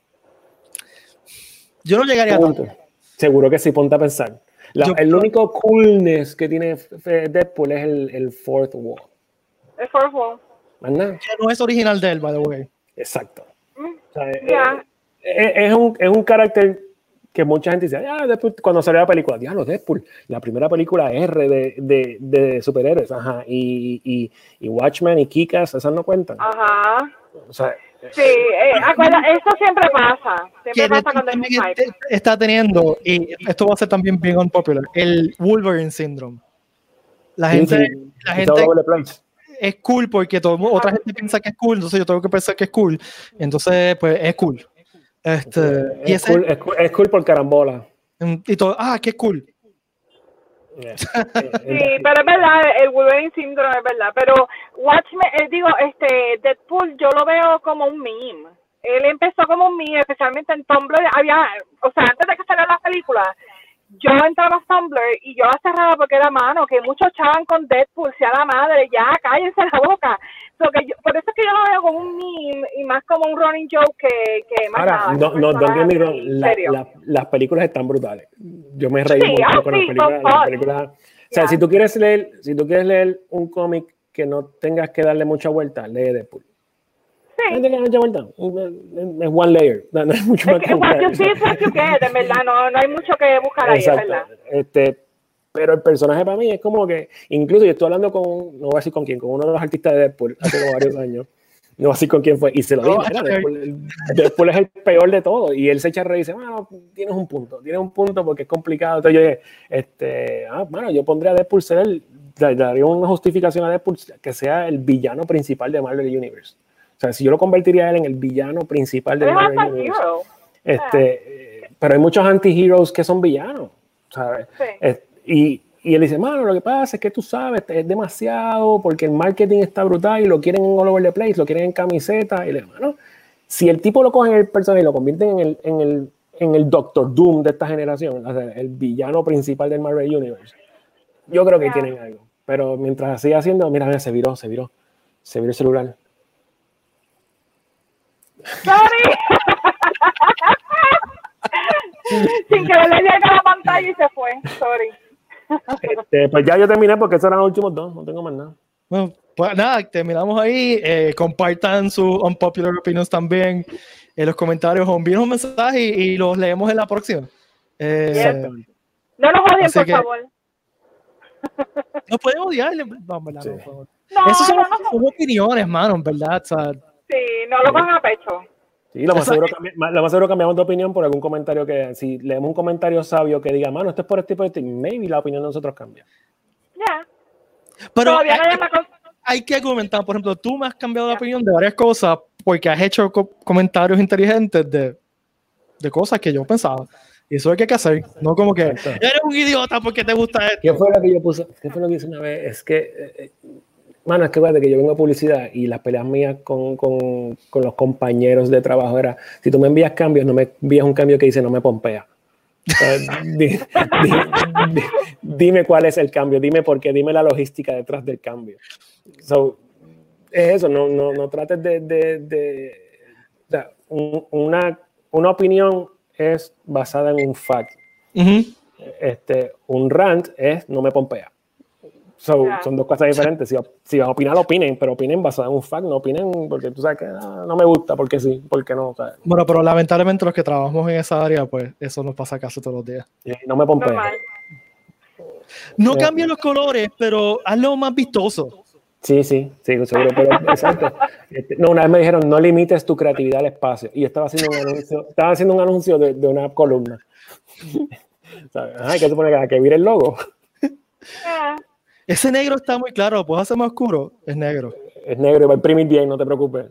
Yo no llegaría a Punto. tanto. Seguro que sí, ponte a pensar. La- Yo- el único coolness que tiene eh, Deadpool es el, el fourth wall. El Fourth Wall. Más nada. Que no es original de él, by the way. Exacto. Mm, O sea, eh, Ya. eh, es, un, es un carácter que mucha gente dice, ah, Deadpool, cuando salió la película, diablo, Deadpool, la primera película R de, de, de superhéroes, ajá, y, y, y Watchmen y Kick-Ass, esas no cuentan. Ajá. O sea, Sí, eh, acuerda, eso siempre pasa. Que Siempre pasa Deadpool cuando hay un también hype. est- está teniendo, y esto va a ser también bien unpopular, el Wolverine Syndrome. La sí, gente, sí, la it's gente all over the place. es cool porque todo, el mu- otra gente piensa que es cool, entonces yo tengo que pensar que es cool. Entonces, pues es cool. Este, y Es ese cool, es, cool, es cool por carambola. y todo, ah, qué cool. Yeah. Sí, pero es verdad, el Wolverine Syndrome es verdad. Pero Watchmen, eh, digo, este, Deadpool, yo lo veo como un meme. Él empezó como un meme, especialmente en Tumblr. Había, o sea, antes de que saliera la película, yo entraba a Tumblr y yo la cerraba porque era mano, que muchos chavan con Deadpool, sea la madre, ya, cállense la boca. So que yo, por eso es que yo lo veo como un meme y más como un running joke que, que más Ahora, nada. no, no, don't get me wrong, en la- serio. la- las películas están brutales. Yo me reí Sí, mucho ah, con sí, las películas. son Las fun. películas. O sea, Yeah. si tú quieres leer, si tú quieres leer un cómic que no tengas que darle mucha vuelta, lee Deadpool. No Sí. tengas que darle mucha vuelta. Es one layer. No, no hay mucho más Es que que what you buscar. see is what you get, en verdad, no, no hay mucho que buscar ahí, es Exacto. verdad. Este, pero el personaje para mí es como que, incluso yo estoy hablando con, no voy a decir con quién, con uno de los artistas de Deadpool hace como varios años. No voy a decir con quién fue. Y se lo No, dije, mira, Deadpool, Deadpool es el peor de todo. Y él se echa a reír y dice, bueno, tienes un punto, tienes un punto porque es complicado. Entonces yo dije, este, ah, bueno, yo pondría a Deadpool ser el, daría una justificación a Deadpool que sea el villano principal de Marvel Universe. O sea, si yo lo convertiría a él en el villano principal de Él es Marvel hasta Universe. hero. Este, eh, pero hay muchos anti-heroes que son villanos, ¿sabes? Sí. Eh, y, y él dice, mano, lo que pasa es que tú sabes, es demasiado, porque el marketing está brutal y lo quieren en all over the place, lo quieren en camiseta. Y le digo, mano, si el tipo lo coge en el personaje y lo convierten en el, en el, en el Doctor Doom de esta generación, o sea, el villano principal del Marvel Universe, yo creo que Yeah. tienen algo. Pero mientras siga haciendo, mira, mira, se viró, se viró, se viró el celular. Sorry. Sin que le llegue a la pantalla y se fue. Sorry. Este, pues ya yo terminé porque esos eran los últimos dos, no tengo más nada. Bueno, pues nada, terminamos ahí. Eh, compartan sus unpopular opinions también en los comentarios o envíen un mensaje y, y los leemos en la próxima. Eh, Exactamente. No nos odien, Así por que- favor. Nos pueden odiar, no, en verdad, Sí. no, por favor. No, Esas son, no, no. son opiniones, mano, en verdad. O sea, Sí, no lo cojan a pecho. Sí, lo más, Esa- seguro cambi- lo más seguro cambiamos de opinión por algún comentario que, si leemos un comentario sabio que diga, mano, esto es por este y por este, maybe la opinión de nosotros cambia. Ya. pero Todavía hay, no hay una cosa. hay que argumentar. Por ejemplo, tú me has cambiado la opinión de varias cosas porque has hecho co- comentarios inteligentes de, de cosas que yo pensaba. Y eso es lo que hay que hacer. No como que Exacto. eres un idiota porque te gusta esto. ¿Qué fue lo que yo puse? ¿Qué fue lo que hice una vez? Es que, eh, eh, mano, es que fíjate que yo vengo a publicidad y las peleas mías con, con, con los compañeros de trabajo era, si tú me envías cambios, no me envías un cambio que dice no me pompea. O sea, di- di- di- dime cuál es el cambio, dime por qué, dime la logística detrás del cambio. So, es eso, no, no, no trates de... de, de o sea, un- una, una opinión es basada en un fact. Uh-huh. Este, un rant es no me pompea. So, Yeah. Son dos cosas diferentes. Si, si van a opinar, opinen, pero opinen basado en un fact, no opinen porque tú sabes que ah, no me gusta, porque sí, porque no. ¿Sabes? Bueno, pero lamentablemente los que trabajamos en esa área, pues eso nos pasa casi todos los días. Y no me pompea. Normal. No Eh, cambien los colores, pero hazlo más vistoso. Sí, sí, sí, seguro. Pero, exacto. Este, no, una vez me dijeron, no limites tu creatividad al espacio. Y yo estaba haciendo un anuncio, estaba haciendo un anuncio de, de una columna. ¿Sabes? Ay, ¿qué se pone acá? Que vire el logo. Yeah. Ese negro está muy claro, ¿puedes hacer más oscuro? Es negro. Es negro y va a imprimir bien, no te preocupes.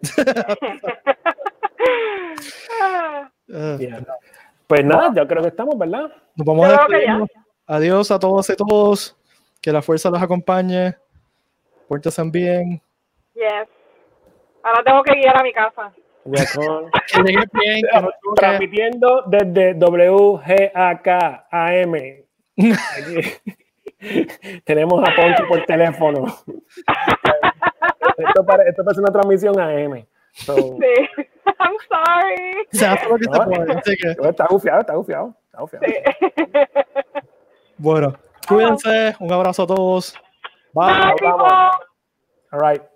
Ah, Uh, Yeah. Pues nada, yo creo que estamos, ¿verdad? nos vamos Yo a creo que ya. despedirnos. Adiós a todos y todos. Que la fuerza los acompañe. Pórtense bien. yes. Ahora tengo que guiar a mi casa. Welcome. Que lleguen bien. Que no choque. Transmitiendo desde W G A K A M. Aquí. Tenemos a Poncho por teléfono. Esto, pare, esto parece una transmisión A M. So, Sí. I'm sorry. Se hace lo que se No. puede, así que, está bufiado, está bufiado. Está bufiado. Sí. bueno, cuídense. Un abrazo a todos. Bye. Bye, people. All right.